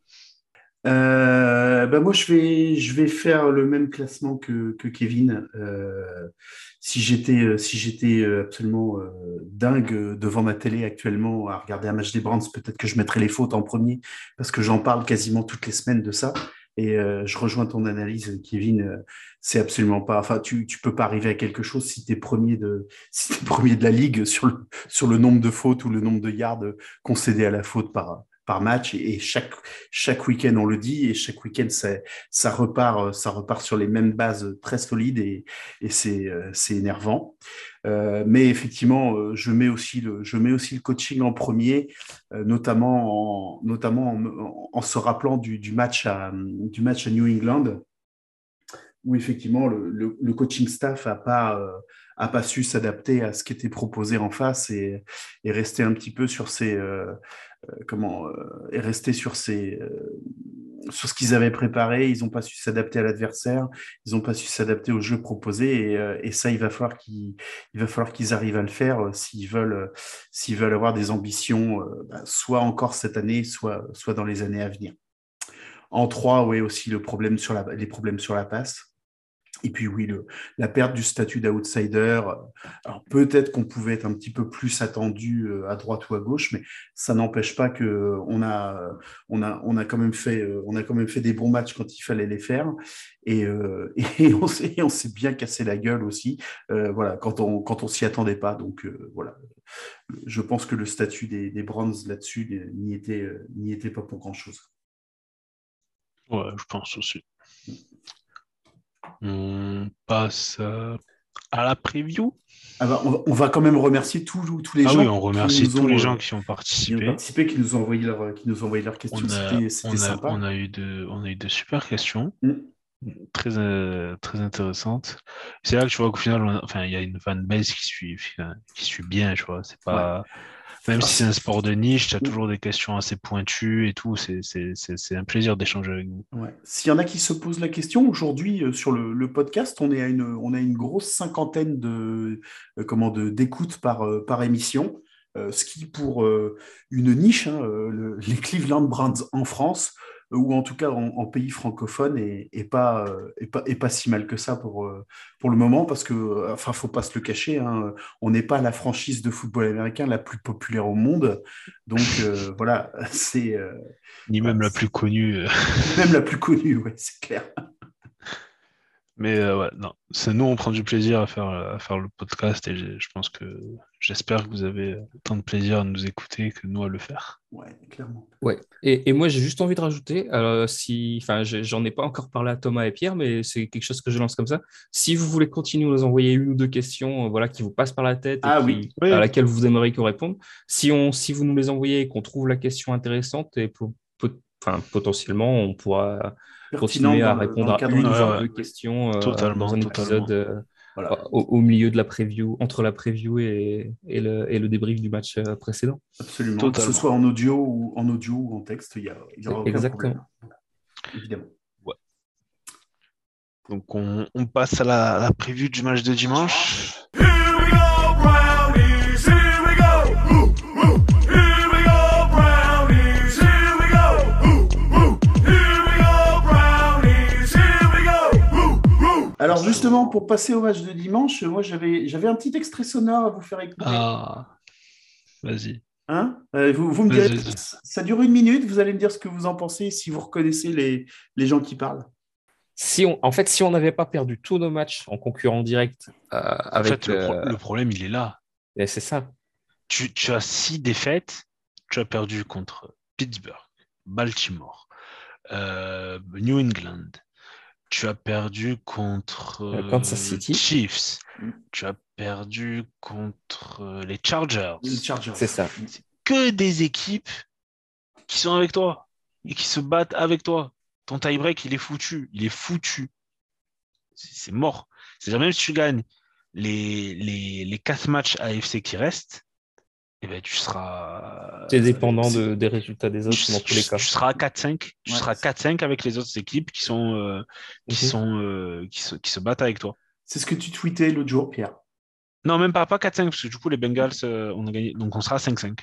Euh, bah moi, je vais, je vais faire le même classement que, que Kevin. Euh, si j'étais, euh, si j'étais euh, absolument euh, dingue euh, devant ma télé actuellement à regarder un match des Browns, peut-être que je mettrais les fautes en premier parce que j'en parle quasiment toutes les semaines de ça. Et euh, je rejoins ton analyse, Kevin. Euh, c'est absolument pas. Enfin, tu, tu peux pas arriver à quelque chose si t'es premier de, si t'es premier de la ligue sur le, sur le nombre de fautes ou le nombre de yards concédés à la faute par par match et chaque chaque week-end on le dit et chaque week-end ça, ça repart ça repart sur les mêmes bases très solides et, et c'est c'est énervant euh, mais effectivement je mets aussi le je mets aussi le coaching en premier euh, notamment en notamment en, en se rappelant du, du match à du match à New England où effectivement le, le, le coaching staff a pas euh, a pas su s'adapter à ce qui était proposé en face et, et rester un petit peu sur ses euh, comment euh, est resté sur ces euh, sur ce qu'ils avaient préparé. Ils n'ont pas su s'adapter à l'adversaire. Ils n'ont pas su s'adapter au jeu proposé. Et, euh, et ça, il va falloir qu'ils il va falloir qu'ils arrivent à le faire euh, s'ils veulent euh, s'ils veulent avoir des ambitions, euh, bah, soit encore cette année, soit soit dans les années à venir. En trois, oui aussi le problème sur la les problèmes sur la passe. Et puis oui, le, la perte du statut d'outsider. Alors peut-être qu'on pouvait être un petit peu plus attendu à droite ou à gauche, mais ça n'empêche pas que on a, on a, on a quand même fait, on a quand même fait des bons matchs quand il fallait les faire, et, euh, et on s'est, on s'est bien cassé la gueule aussi, euh, voilà, quand on, quand on s'y attendait pas. Donc euh, voilà, je pense que le statut des, des Browns là-dessus n'y était, n'y était pas pour grand-chose. Ouais, je pense aussi. On passe euh, à la preview. Ah bah, on, va, on va quand même remercier tous, tous les ah gens oui, on remercie qui nous tous ont, les euh, gens qui ont qui ont participé. participé, qui nous ont envoyé, leur, qui nous ont envoyé leurs questions. On a, C'était, c'était on a, sympa. on a eu de, on a eu de super questions, Mm. très, euh, très intéressantes. C'est là que tu vois qu'au final, on a- enfin, il y a une fanbase qui suit, enfin, qui suit bien, tu vois. C'est pas, Ouais. même Alors, si c'est un sport de niche, tu as Mm. toujours des questions assez pointues et tout. C'est, c'est, c'est, c'est un plaisir d'échanger avec vous. Ouais. S'il y en a qui se posent la question, aujourd'hui, euh, sur le, le podcast, on est à une, on a une grosse cinquantaine de, euh, comment, de, d'écoutes par, euh, par émission. Euh, ce qui, pour euh, une niche, hein, euh, le- les Cleveland Browns en France, ou en tout cas en, en pays francophone, et, et, pas, euh, et, pas, et pas si mal que ça pour, euh, pour le moment, parce que, enfin, faut pas se le cacher, hein, on n'est pas la franchise de football américain la plus populaire au monde, donc euh, voilà, c'est... Euh, Ni voilà, même la c'est... plus connue. euh. Même la plus connue, ouais, c'est clair. Mais euh, ouais, non, c'est nous, on prend du plaisir à faire, à faire le podcast et j'ai- je pense que j'espère que vous avez autant de plaisir à nous écouter que nous à le faire. Ouais, clairement. Ouais. Et, et moi, j'ai juste envie de rajouter, euh, si, enfin, j'ai- j'en ai pas encore parlé à Thomas et Pierre, mais c'est quelque chose que je lance comme ça. Si vous voulez continuer à nous envoyer une ou deux questions, euh, voilà, qui vous passent par la tête et Ah qui, oui. Oui. à laquelle vous aimeriez qu'on réponde, si on, si vous nous les envoyez et qu'on trouve la question intéressante, et po- po- enfin, potentiellement, on pourra Pertinent continuer à dans le, dans répondre le à cadre une du Ouais, voire jeu. ouais. deux questions euh, Totalement, dans un totalement. épisode euh, Voilà, au, au milieu de la preview, entre la preview et, et le, et le débrief du match euh, précédent. absolument. Que ce Totalement. soit en audio ou en, audio ou en texte, il n'y a, il y aura aucun Exactement. problème. Évidemment. Ouais. Donc on, on passe à la, à la preview du match de dimanche. Here we go, Brownies, here we go. Ooh, ooh. Here we go, Brownies, here we go. Ooh, ooh. Here we go, Brownies, here we go. Ooh, ooh. Alors justement, pour passer au match de dimanche, moi j'avais, j'avais un petit extrait sonore à vous faire écouter. Ah, vas-y. Hein Euh, vous, vous me Vas-y, direz, vas-y. ça dure une minute, vous allez me dire ce que vous en pensez, si vous reconnaissez les, les gens qui parlent. Si on, en fait, si on n'avait pas perdu tous nos matchs en concurrent direct euh, En avec, fait, le, pro- euh, le problème, il est là. et c'est ça. Tu, tu as six défaites. Tu as perdu contre Pittsburgh, Baltimore, euh, New England. Tu as perdu contre Euh, Kansas euh, City. Chiefs. Mm. Tu as perdu contre euh, les Chargers. Les Chargers. C'est ça. C'est que des équipes qui sont avec toi et qui se battent avec toi. Ton tie-break, il est foutu. Il est foutu. C'est c'est mort. C'est-à-dire, même si tu gagnes les, les, les quatre matchs A F C qui restent, eh ben, tu seras. C'est dépendant c'est- de, des résultats des Tu, autres dans tous les tu- cas. tu seras à quatre cinq. Tu Ouais. seras quatre cinq avec les autres équipes qui sont, euh, qui, Mhm. sont euh, qui, se, qui se battent avec toi. C'est ce que tu tweetais l'autre jour, Pierre. Non, même pas, pas quatre cinq, parce que du coup, les Bengals, euh, on a gagné. Donc, on sera à cinq cinq.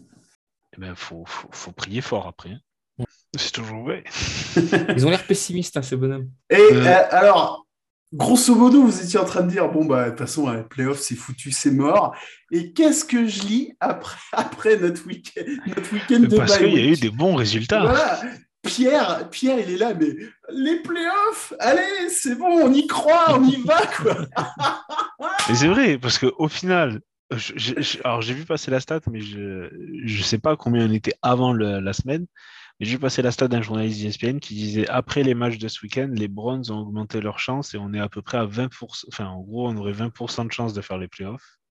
Eh ben, faut, faut, faut prier fort après. hein. C'est toujours vrai. Ils ont l'air pessimistes, hein, ces bonhommes. Et Euh. euh, alors, grosso modo, vous étiez en train de dire, bon, bah, de toute façon, les playoffs, c'est foutu, c'est mort. Et qu'est-ce que je lis après, après notre week-end, notre week-end de Parce bye qu'il y a eu week des bons résultats. Voilà. Pierre, Pierre, il est là, mais les playoffs, allez, c'est bon, on y croit, on y va, quoi. Et c'est vrai, parce qu'au final, je- je- je- alors j'ai vu passer la stat, mais je ne sais pas combien on était avant le- la semaine. Mais j'ai vu passer la stat d'un journaliste d'E S P N qui disait après les matchs de ce week-end, les Browns ont augmenté leurs chances et on est à peu près à vingt pour cent. Enfin, en gros, on aurait vingt pour cent de chances de faire les playoffs.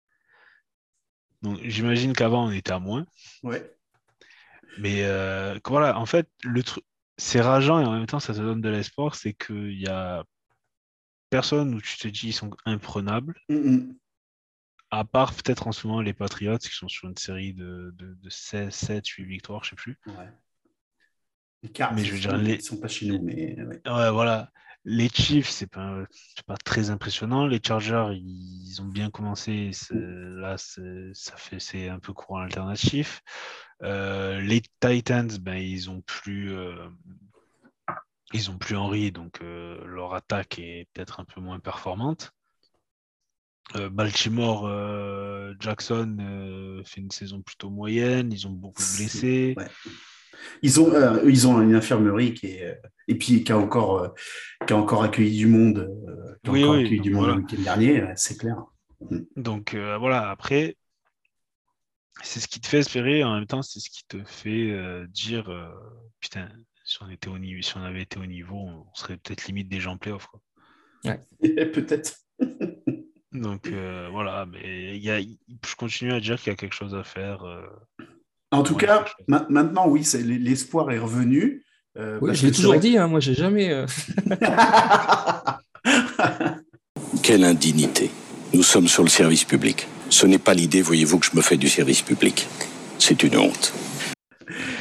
Donc j'imagine qu'avant, on était à moins. Ouais. Mais euh, que voilà, en fait, le truc, c'est rageant et en même temps, ça te donne de l'espoir. C'est qu'il y a personne où tu te dis ils sont imprenables. Mm-mm. À part peut-être en ce moment les Patriots qui sont sur une série de, de, de seize, sept, huit victoires, je sais plus. Ouais. Les Cards, Mais ils je veux sont- dire, les- ils sont pas chez nous, mais ouais. Ouais, voilà. Les Chiefs, c'est pas, c'est pas très impressionnant. Les Chargers, ils ont bien commencé. C'est- Là, c'est, ça fait, c'est un peu courant alternatif. Euh, les Titans, ben, ils ont plus, euh, ils ont plus Henry, donc euh, leur attaque est peut-être un peu moins performante. Euh, Baltimore, euh, Jackson euh, fait une saison plutôt moyenne. Ils ont beaucoup de blessés. Ouais. Ils ont, euh, ils ont une infirmerie qui est, euh, et puis qui a encore, euh, qui a encore accueilli du monde, euh, qui a Oui, encore oui, accueilli du monde voilà. le week-end dernier, euh, c'est clair. Donc euh, voilà, après, c'est ce qui te fait espérer, en même temps, c'est ce qui te fait euh, dire euh, putain, si on, était au niveau, si on avait été au niveau, on serait peut-être limite déjà en playoff. Quoi. Peut-être. Donc euh, voilà, mais il y a, je continue à dire qu'il y a quelque chose à faire. euh, En tout Ouais, cas, quelque chose. ma- maintenant, oui, c'est, l'espoir est revenu. euh, Oui, parce je l'ai que c'est toujours vrai dit, hein, moi, j'ai jamais. euh, Quelle indignité. Nous sommes sur le service public. Ce n'est pas l'idée, voyez-vous, que je me fais du service public. C'est une honte.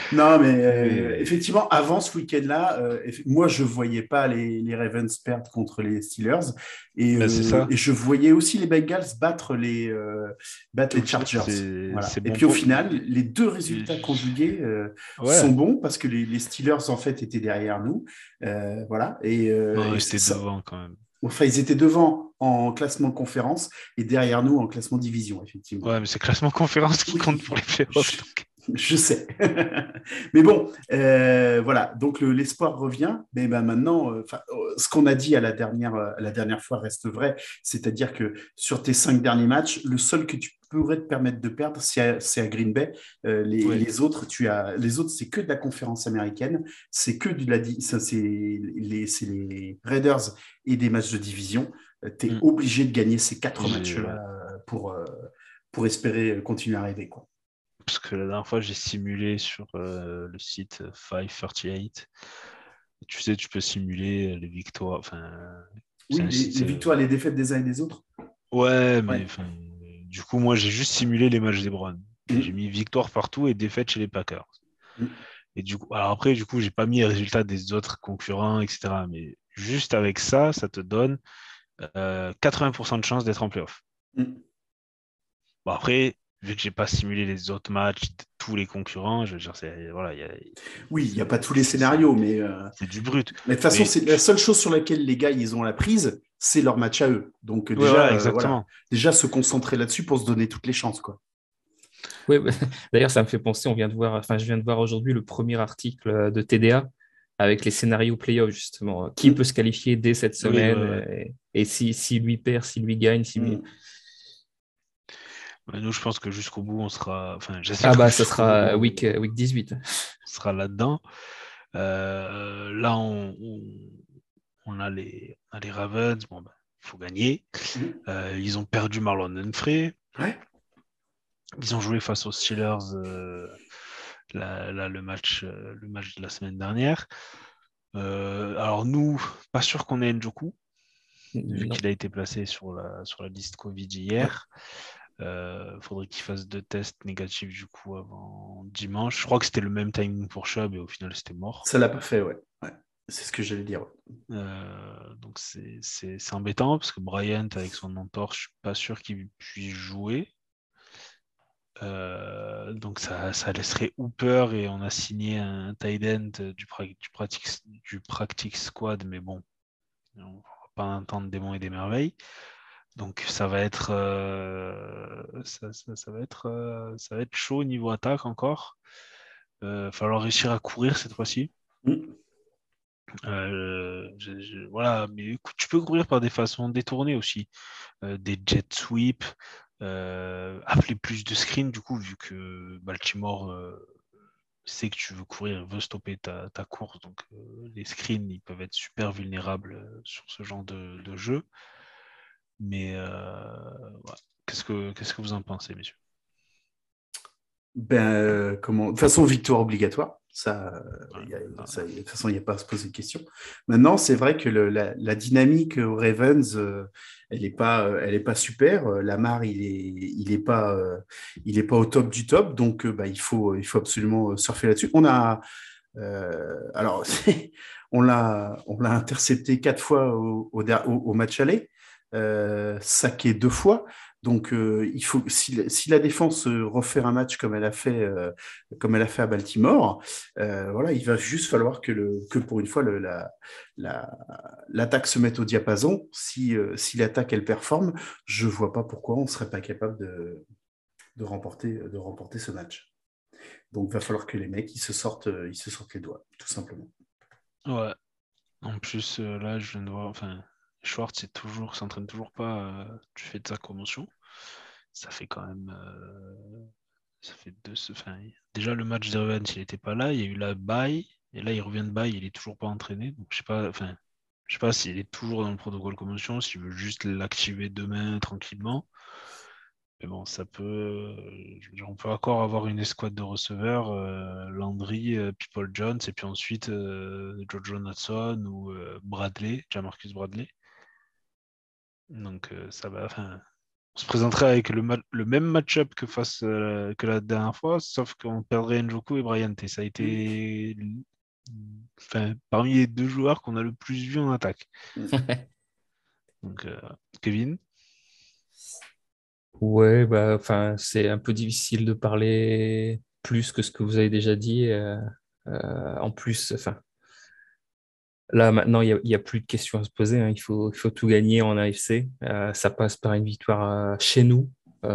Non, mais euh, Mais- effectivement, avant ce week-end-là, euh, eff- moi, je voyais pas les, les Ravens perdre contre les Steelers et, Ben, c'est euh, ça. et je voyais aussi les Bengals battre les, euh, battre les Donc, Chargers. c'est Voilà. c'est Et bon puis au pour. final, les deux et- résultats conjugués euh, Ouais. sont bons parce que les, les Steelers, en fait, étaient derrière nous. Euh, voilà. Et, euh, Non, et ils étaient ça, devant quand même. enfin, ils étaient devant en classement conférence et derrière nous en classement division, effectivement. Ouais, mais c'est classement conférence qui Oui, compte pour les playoffs. je, donc. je sais. Mais bon, euh, voilà. Donc le- l'espoir revient. Mais ben maintenant, euh, 'fin, euh, ce qu'on a dit à la dernière, euh, la dernière fois reste vrai. C'est-à-dire que sur tes cinq derniers matchs, le seul que tu pourrais te permettre de perdre, c'est à, c'est à Green Bay. Euh, les, Ouais. les autres, tu as, les autres, c'est que de la conférence américaine. C'est que de la, di- ça, c'est les, c'est les Raiders et des matchs de division. Tu es Mm. obligé de gagner ces quatre J'ai- matchs-là ouais. euh, pour, euh, pour espérer continuer à rêver, quoi. Parce que la dernière fois, j'ai simulé sur euh, le site cinq cent trente-huit. Et tu sais, tu peux simuler les victoires. Enfin, c'est Oui, un les, site. les euh, victoires, les défaites des uns et des autres. Ouais, mais Ouais. enfin, du coup, moi, j'ai juste simulé les matchs des Browns. Et Mm. j'ai mis victoire partout et défaite chez les Packers. Mm. Et du coup, alors après, du coup, j'ai pas mis les résultats des autres concurrents, et cetera. Mais juste avec ça, ça te donne euh, quatre-vingts pour cent de chance d'être en playoff. Mm. Bon, après, vu que j'ai pas simulé les autres matchs de tous les concurrents, je veux dire, c'est voilà, il y a, Oui, il n'y a pas tous les c'est- scénarios, mais, euh, c'est du brut. mais de toute façon, Mais c'est la seule chose sur laquelle les gars ils ont la prise, c'est leur match à eux. Donc euh, ouais, déjà, voilà, euh, voilà, exactement. déjà se concentrer là-dessus pour se donner toutes les chances, quoi. Ouais, bah, d'ailleurs, ça me fait penser, on vient de voir, enfin, je viens de voir aujourd'hui le premier article euh, de T D A avec les scénarios playoff, justement. Qui Mm. peut se qualifier dès cette Oui, semaine ouais, ouais. euh, et, si, si lui perd, si lui gagne, si lui... Mm. Mais nous, je pense que jusqu'au bout, on sera. Enfin, Ah j'espère que bah, ça jusqu'au bout, sera on, week, week dix-huit. on sera là-dedans. Euh, là, on, on, on a les, on a les Ravens. Bon, ben, il faut gagner. Mm. Euh, ils ont perdu Marlon Humphrey. Ouais. Ils ont joué face aux Steelers euh, là, là, le, match, euh, le match de la semaine dernière. Euh, alors nous, pas sûr qu'on ait Njoku, vu Non. qu'il a été placé sur la, sur la liste Covid Ouais. hier. Il euh, faudrait qu'il fasse deux tests négatifs du coup avant dimanche. Je crois que c'était le même timing pour Chubb et au final c'était mort. Ça l'a pas fait, ouais. Ouais. C'est ce que j'allais dire. Ouais. Euh, donc c'est, c'est, c'est embêtant parce que Bryant avec son entorse, je suis pas sûr qu'il puisse jouer. Euh, donc ça, ça laisserait Hooper et on a signé un tight end du, pra- du, practice, du practice squad, mais bon, on va pas entendre des bons et des merveilles. Donc ça va être, euh, ça, ça, ça va être, euh, ça va être chaud au niveau attaque encore. Il euh, va falloir réussir à courir cette fois-ci. Mm. Euh, je, je, voilà, mais écoute, tu peux courir par des façons détournées aussi, euh, des jet sweeps. Euh, appeler plus de screens du coup vu que Baltimore euh, sait que tu veux courir, veut stopper ta, ta course, donc euh, les screens ils peuvent être super vulnérables euh, sur ce genre de, de jeu. Mais euh, ouais. qu'est-ce que qu'est-ce que vous en pensez, messieurs? Ben, euh, comment... De toute façon, victoire obligatoire. Ça, Ouais, y a, non, ça, de toute façon, il n'y a pas à se poser de questions. Maintenant, c'est vrai que le, la, la dynamique aux Ravens, euh, elle n'est pas, elle est pas super. Euh, Lamar, il est, il est pas, euh, il est pas au top du top. Donc, euh, bah, il faut, il faut absolument surfer là-dessus. On a, euh, alors, on l'a, on l'a intercepté quatre fois au, au, au match aller, euh, saqué deux fois. Donc, euh, il faut, si, si la défense euh, refait un match comme elle a fait, euh, comme elle a fait à Baltimore, euh, voilà, il va juste falloir que, le, que pour une fois, le, la, la, l'attaque se mette au diapason. Si, euh, si l'attaque, elle performe, je ne vois pas pourquoi on ne serait pas capable de, de, remporter, de remporter ce match. Donc, il va falloir que les mecs, ils se sortent, ils se sortent les doigts, tout simplement. Ouais. En plus, euh, là, je viens de voir, enfin, Schwartz c'est toujours, s'entraîne toujours pas euh, du fait de sa commotion. Ça fait quand même, euh, ça fait deux, enfin, déjà le match des Ravens, il n'était pas là. Il y a eu la bye et là il revient de bye, il est toujours pas entraîné. Donc je sais pas, enfin, je sais pas s'il est toujours dans le protocole commotion, s'il veut juste l'activer demain tranquillement. Mais bon, ça peut, je veux dire, on peut encore avoir une escouade de receveurs, euh, Landry, euh, People Jones, et puis ensuite euh, Joe Jonathan ou euh, Bradley, Jamarcus Bradley. Donc euh, ça va, enfin, on se présenterait avec le, ma- le même match-up que, face, euh, que la dernière fois, sauf qu'on perdrait Njoku et Bryant. Et ça a été enfin, parmi les deux joueurs qu'on a le plus vu en attaque. Donc, euh, Kevin? Ouais, bah, enfin, c'est un peu difficile de parler plus que ce que vous avez déjà dit. euh, euh, en plus, enfin, là maintenant, il n'y a, il y a plus de questions à se poser, hein. Il faut, il faut tout gagner en A F C. Euh, ça passe par une victoire euh, chez nous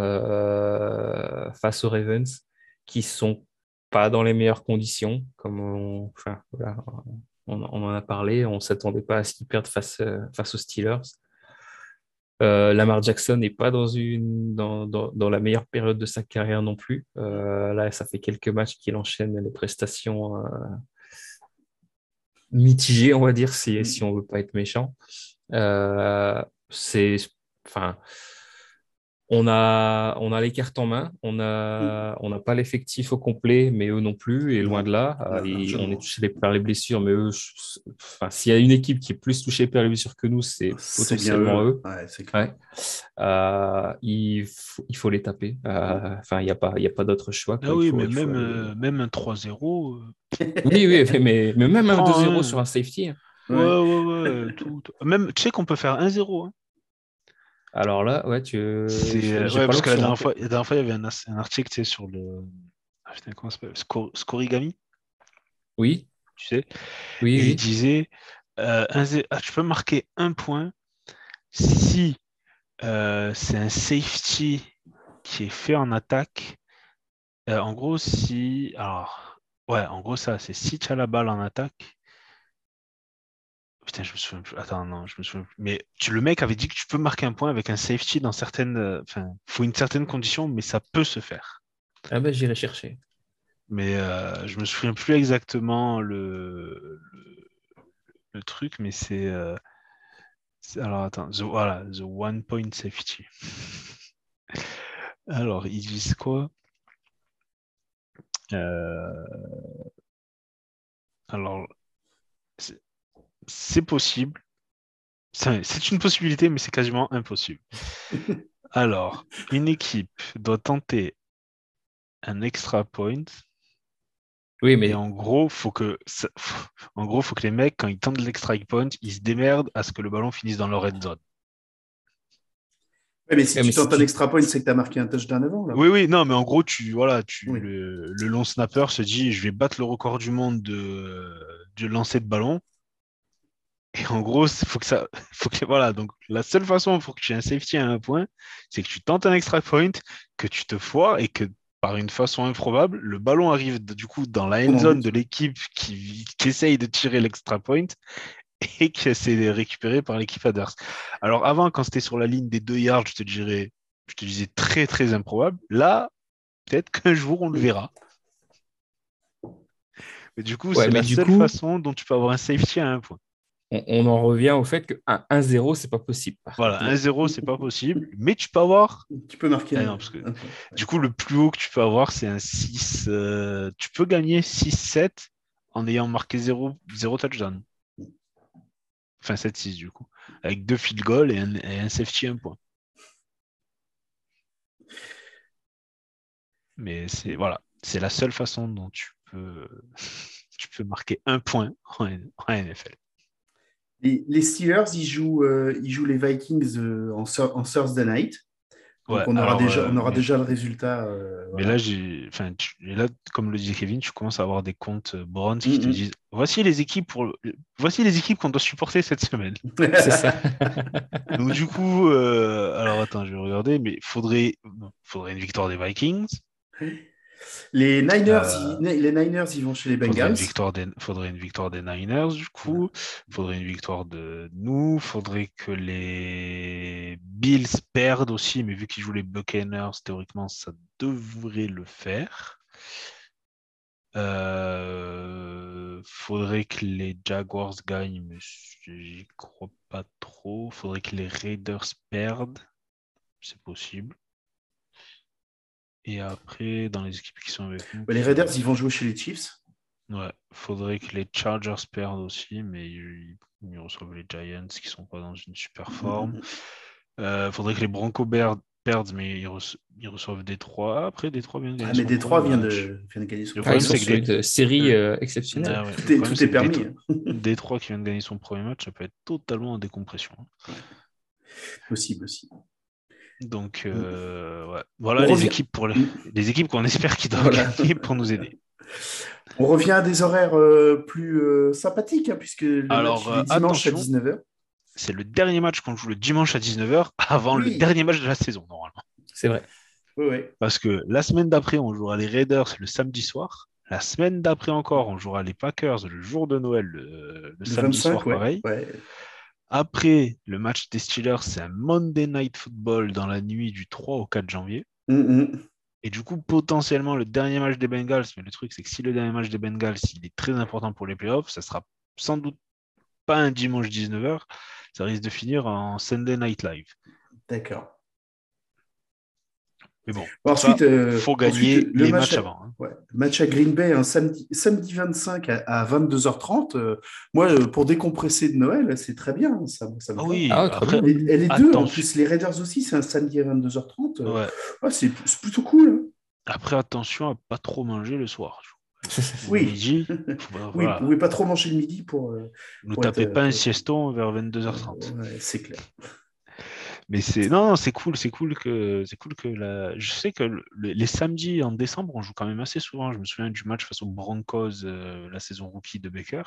euh, face aux Ravens, qui sont pas dans les meilleures conditions, comme on, enfin, voilà, on, on en a parlé. On s'attendait pas à ce qu'ils perdent face, euh, face aux Steelers. Euh, Lamar Jackson n'est pas dans, une, dans, dans, dans la meilleure période de sa carrière non plus. Euh, là, ça fait quelques matchs qu'il enchaîne les prestations euh, mitigées, on va dire, si, si on veut pas être méchant. Euh, c'est, enfin, on a, on a les cartes en main, on a, on n'a pas l'effectif au complet, mais eux non plus, et loin Non, de là. non, Euh, et on est largement. touché par les blessures, mais eux, je- enfin, s'il y a une équipe qui est plus touchée par les blessures que nous, c'est C'est bien potentiellement eux. eux. Ouais, c'est clair. Ouais. Euh, il faut, il faut les taper. Euh, Enfin, il n'y a pas, il y a pas d'autre choix, Ah quoi. Il oui, faut, mais il faut même, aller. euh, même un trois zéro, euh, Oui, oui, mais, mais même un deux prends zéro sur un. un safety, hein. Ouais, Ouais. ouais, ouais. Tout, tout. Même, tu sais qu'on peut faire un zéro. Hein. Alors là, ouais, tu, C'est, j'ai euh, j'ai ouais, pas parce que la l'option, hein. dernière fois, la dernière fois, il y avait un, as- un article, tu sais, sur le. Ah, putain, comment ça s'appelle? Scor- Scorigami, Oui, tu sais. oui, Et il oui. disait euh, un zé- ah, tu peux marquer un point si euh, c'est un safety qui est fait en attaque. Euh, en gros, si. Alors, ouais, en gros, ça, c'est si tu as la balle en attaque. Putain, je me souviens plus. Attends, non, je me souviens plus. Mais tu, le mec avait dit que tu peux marquer un point avec un safety dans certaines. euh, Enfin, il faut une certaine condition, mais ça peut se faire. Ah ben, j'irai chercher. Mais euh, je me souviens plus exactement le, le, le truc, mais c'est. euh, c'est- alors, attends, the, voilà, the one point safety. Alors, ils disent quoi? Euh, alors, c'est c'est possible. C'est c'est une possibilité, mais c'est quasiment impossible. Alors, une équipe doit tenter un extra point. Oui, Et mais, en gros, faut que ça- en gros, faut que les mecs, quand ils tentent l'extra point, ils se démerdent à ce que le ballon finisse dans leur red zone. Ouais, mais si ouais, mais tu si tentes un tu. extra point, c'est que tu as marqué un touchdown avant, là. Oui, oui, non, mais en gros, tu, voilà, tu, Oui. le, le long snapper se dit, je vais battre le record du monde de, de lancer de ballon. Et en gros, il faut que ça, faut que, voilà, donc la seule façon pour que tu aies un safety à un point, c'est que tu tentes un extra point, que tu te foires et que par une façon improbable, le ballon arrive du coup dans la end Ton zone but. de l'équipe qui, qui essaye de tirer l'extra point et que c'est récupéré par l'équipe adverse. Alors avant, quand c'était sur la ligne des deux yards, je te dirais, je te disais très très improbable. Là, peut-être qu'un jour on le verra. Mais du coup, Ouais, c'est mais la du seule coup, façon dont tu peux avoir un safety à un point. on, on en revient au fait qu'un un zéro, c'est pas possible, par Voilà, contre. un zéro, c'est pas possible, mais tu peux avoir. Tu peux marquer Ah un, non, parce que un point. Ouais. du coup, le plus haut que tu peux avoir, c'est un six. euh, Tu peux gagner six sept en ayant marqué zéro zéro touchdown. Enfin, sept six du coup. Avec deux field goals et un, et un safety, un point. Mais c'est voilà, c'est la seule façon dont tu peux, tu peux marquer un point en, en N F L. Les, les Steelers, ils jouent, euh, ils jouent les Vikings euh, en, Thur- en Thursday night. Ouais, Donc, on aura alors, déjà, euh, on aura mais, déjà le résultat. euh, mais voilà. là, j'ai, enfin, tu- et là, comme le disait Kevin, tu commences à avoir des comptes euh, Browns qui te Mm, disent voici les équipes pour, le- voici les équipes qu'on doit supporter cette semaine. mm. C'est ça. Donc du coup, euh, alors attends, je vais regarder, mais faudrait, bon, faudrait une victoire des Vikings, Les Niners, euh, ils, les Niners, ils vont chez les faudrait une Bengals. victoire des, faudrait une victoire des Niners du coup, faudrait une victoire de nous, faudrait que les Bills perdent aussi, mais vu qu'ils jouent les Buccaneers, théoriquement, ça devrait le faire. Euh, faudrait que les Jaguars gagnent, mais j'y crois pas trop. Faudrait que les Raiders perdent, c'est possible. Et après, dans les équipes qui sont avec nous, Ouais, les qui Raiders, ont- ils vont jouer chez les Chiefs. ouais, faudrait que les Chargers perdent aussi, mais ils, ils reçoivent les Giants qui sont pas dans une super Mm, forme. mm, Euh, faudrait que les Broncos perdent, perdent, mais ils, re- ils reçoivent Détroit. Après, Détroit vient de gagner Ah, mais son Détroit premier vient match. de, vient de gagner son Le Ah, premier ils problème, sont c'est match. que sur des- une série euh, exceptionnelle. Ah ouais, Tout le est, problème, tout c'est est que permis. Détroit, hein. Détroit qui vient de gagner son premier match, ça peut être totalement en décompression. Possible aussi. Donc, euh, ouais. Voilà On les revient- équipes, pour le- les équipes qu'on espère qu'ils doivent Voilà. gagner pour nous aider. On revient à des horaires euh, plus euh, sympathiques, hein, puisque le Alors, match il est euh, dimanche attention. à dix-neuf heures. C'est le dernier match qu'on joue le dimanche à dix-neuf heures avant Oui. le dernier match de la saison, normalement. C'est vrai. Oui, oui. Parce que la semaine d'après, on jouera les Raiders le samedi soir. La semaine d'après encore, on jouera les Packers le jour de Noël, le, le Le samedi vingt-cinq, soir, ouais. pareil. ouais. Après, le match des Steelers, c'est un Monday Night Football dans la nuit du trois au quatre janvier. Mm, mm. Et du coup, potentiellement, le dernier match des Bengals, mais le truc, c'est que si le dernier match des Bengals, il est très important pour les playoffs, ça sera sans doute pas un dimanche dix-neuf heures, ça risque de finir en Sunday Night Live. D'accord. Mais bon, Bon, pour ça, ensuite, euh, faut gagner ensuite, le les match matchs à- avant. hein. Ouais. Match à Green Bay, un samedi, samedi vingt-cinq à, à vingt-deux heures trente. euh, moi, euh, pour décompresser de Noël, c'est très bien. Ça, ça me Ah va. oui, Ah ouais, très après, bien. Et, et les deux, en attention. plus, les Raiders aussi, c'est un samedi à vingt-deux heures trente. euh, ouais. ouais, c'est, c'est plutôt cool. hein. Après, attention à pas trop manger le soir. Oui. Midi, faut pas- Oui, voilà. vous pouvez pas trop manger le midi pour. euh, Ne pour tapez être, pas euh, un pour- sieston vers vingt-deux heures trente. Ouais, c'est clair. Mais c'est non, non, c'est cool, c'est cool que c'est cool que la. Je sais que le- le- les samedis en décembre, on joue quand même assez souvent. Je me souviens du match face aux Broncos, euh, la saison rookie de Baker.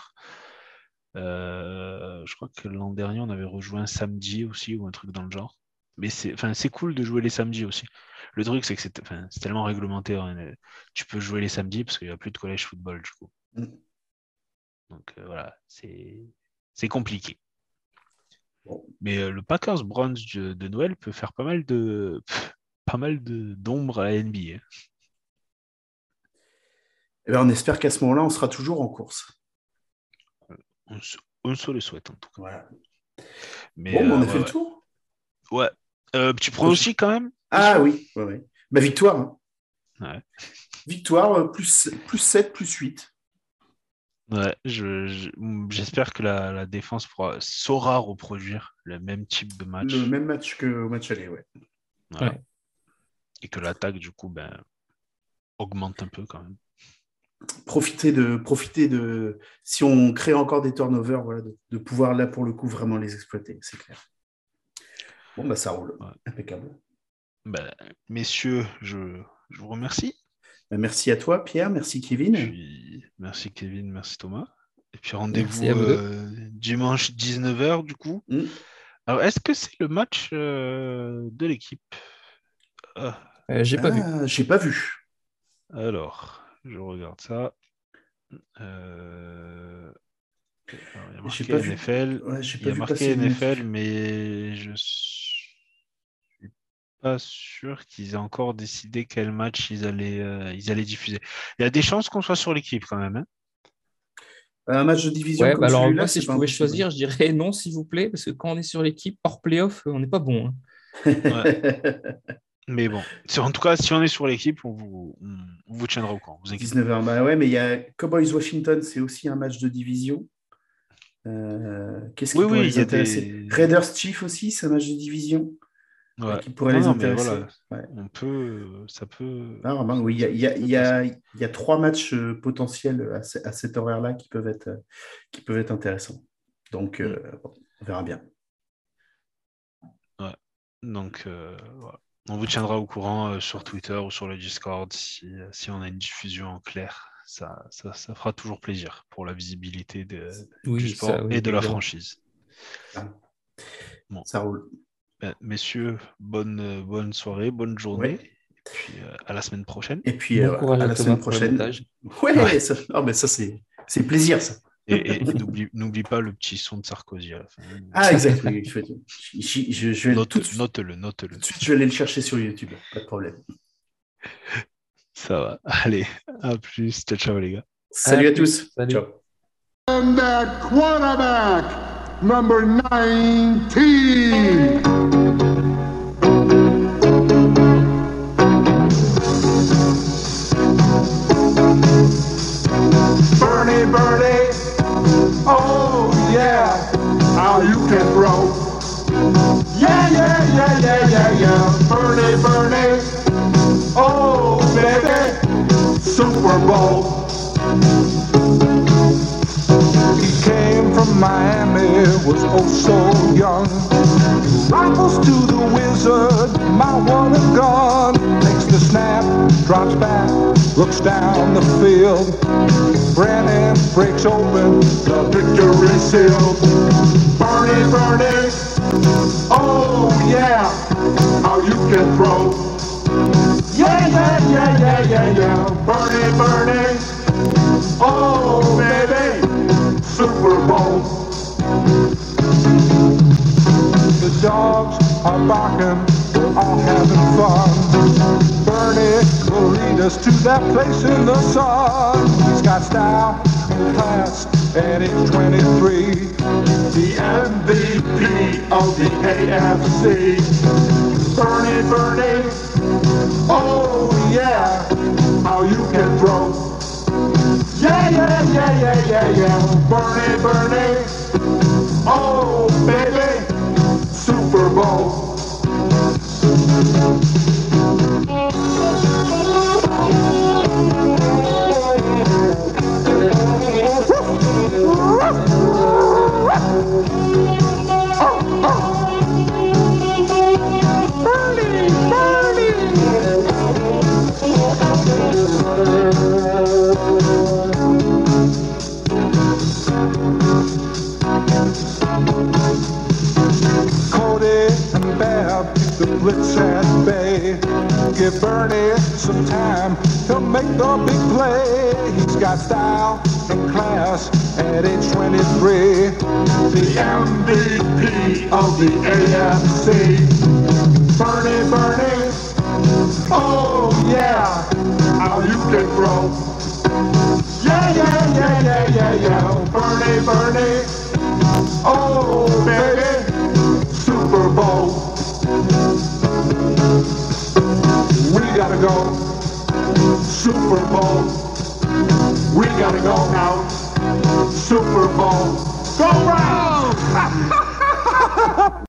Euh, je crois que l'an dernier, on avait rejoué un samedi aussi ou un truc dans le genre. Mais c'est, enfin, c'est cool de jouer les samedis aussi. Le truc, c'est que c'est, enfin, c'est tellement réglementaire. hein. Tu peux jouer les samedis parce qu'il n'y a plus de collège football du coup. Mm. Donc euh, voilà, c'est, c'est compliqué. Bon. Mais euh, le Packers Browns de, de Noël peut faire pas mal de pff, pas mal de d'ombre à la N B A. Eh ben, on espère qu'à ce moment-là, on sera toujours en course. On se, on se le souhaite en tout cas. Voilà. Mais, bon, ben, on a euh, fait ouais, le tour. ouais. Ouais. Euh, petit pronostic quand même. Ah oui, ouais, ouais. Bah, victoire. hein. Ouais. Victoire, euh, plus, plus sept, plus huit. Ouais, je, je- j'espère que la, la défense pourra, saura reproduire le même type de match. Le même match qu'au match aller, ouais. Voilà. Ouais. Et que l'attaque, du coup, ben, augmente un peu quand même. Profiter de, profiter de, si on crée encore des turnovers, voilà, de, de pouvoir là pour le coup vraiment les exploiter, c'est clair. Bon, bah ça roule. Ouais. Impeccable. Ben, messieurs, je, je vous remercie. Bah, merci à toi, Pierre. Merci, Kevin. Puis, merci Kevin, merci Thomas. Et puis rendez-vous Merci à vous deux. euh, dimanche dix-neuf heures du coup. Mm. Alors, est-ce que c'est le match euh, de l'équipe? Ah, Euh, J'ai pas vu. Ah, j'ai pas vu. alors, je regarde ça. Euh, alors, il y a J'ai marqué pas vu. N F L. Ouais, j'ai Il pas y a vu marqué passer N F L, le- mais je suis pas sûr qu'ils aient encore décidé quel match ils allaient, euh, ils allaient diffuser. Il y a des chances qu'on soit sur l'équipe quand même. hein. Un match de division Ouais, comme bah alors celui-là, moi, si c'est je pas pouvais impossible. choisir, je dirais non, s'il vous plaît, parce que quand on est sur l'équipe hors playoff, on n'est pas bon. hein. Mais bon, c'est- en tout cas, si on est sur l'équipe, on vous, on, on vous tiendra au courant. Vous inquiétez dix-neuf heures. Bah ouais, mais il y a Cowboys Washington, c'est aussi un match de division. Euh, Qu'est-ce qui Oui, pourrait oui, les il y a intéresser des- Raiders Chiefs aussi, c'est un match de division pas. Ouais. qui pourrait Non, les non, mais intéresser. voilà, Ouais. on peut, ça peut. Ah, ben oui, il y a, il y a- il y a- il y a trois matchs euh, potentiels à, ce- à cet horaire-là qui peuvent être, euh, qui peuvent être intéressants. Donc, euh, bon, on verra bien. Donc, euh, voilà. On vous tiendra au courant euh, sur Twitter ou sur le Discord si, si on a une diffusion en clair. Ça, ça, ça fera toujours plaisir pour la visibilité de- Oui, du sport ça, oui, et de la évidemment. franchise. Bon. Ça roule. Ben, messieurs, bonne, euh, bonne soirée, bonne journée. Ouais. Et puis euh, à la semaine prochaine. Et puis, Bon euh, courage à à la Thomas semaine pour le prochaine. montage. Ouais, Ouais. Ça, non, mais ça, c'est c'est plaisir, ça. Et, et n'oublie, n'oublie pas le petit son de Sarkozy à la fin. Ah, exact. Oui, je, vais- je- je- je vais Note- tout de suite- note-le, note-le. tout de suite, je vais aller le chercher sur YouTube. Pas de problème. Ça va. Allez, à plus. Ciao, ciao les gars. Salut à, À plus. tous. Salut. Ciao. And that quarterback, number nineteen. Bernie, Bernie, oh yeah, how you can throw. Yeah, yeah, yeah, yeah, yeah, yeah. Bernie, Super Bowl. He came from Miami, was oh so young. Rifles to the wizard, my one and gun. Takes the snap, drops back, looks down the field. Brennan breaks open, the victory sealed. Bernie, Bernie, oh yeah, how you can throw. Yeah, yeah, yeah, yeah, yeah, yeah. Bernie, Bernie, oh baby, Super Bowl. The dogs are barking, we're all having fun. Bernie will lead us to that place in the sun. He's got style and class at age twenty-three. The M V P of the A F C. Bernie, Bernie, oh yeah, how you can throw. Yeah, yeah, yeah, yeah, yeah, yeah. Bernie, Bernie, oh baby, Super Bowl. Bernie, Cody and Bab keep the blitz at bay. Give Bernie some time, he'll make the big play. He's got style and class at age twenty-three. The M V P of the A F C. Bernie, Bernie, oh yeah, how you can throw. Yeah, yeah, yeah, yeah, yeah, yeah. Bernie, Bernie, oh baby, Super Bowl. We gotta go, Super Bowl. We gotta go now, Super Bowl. Go Browns!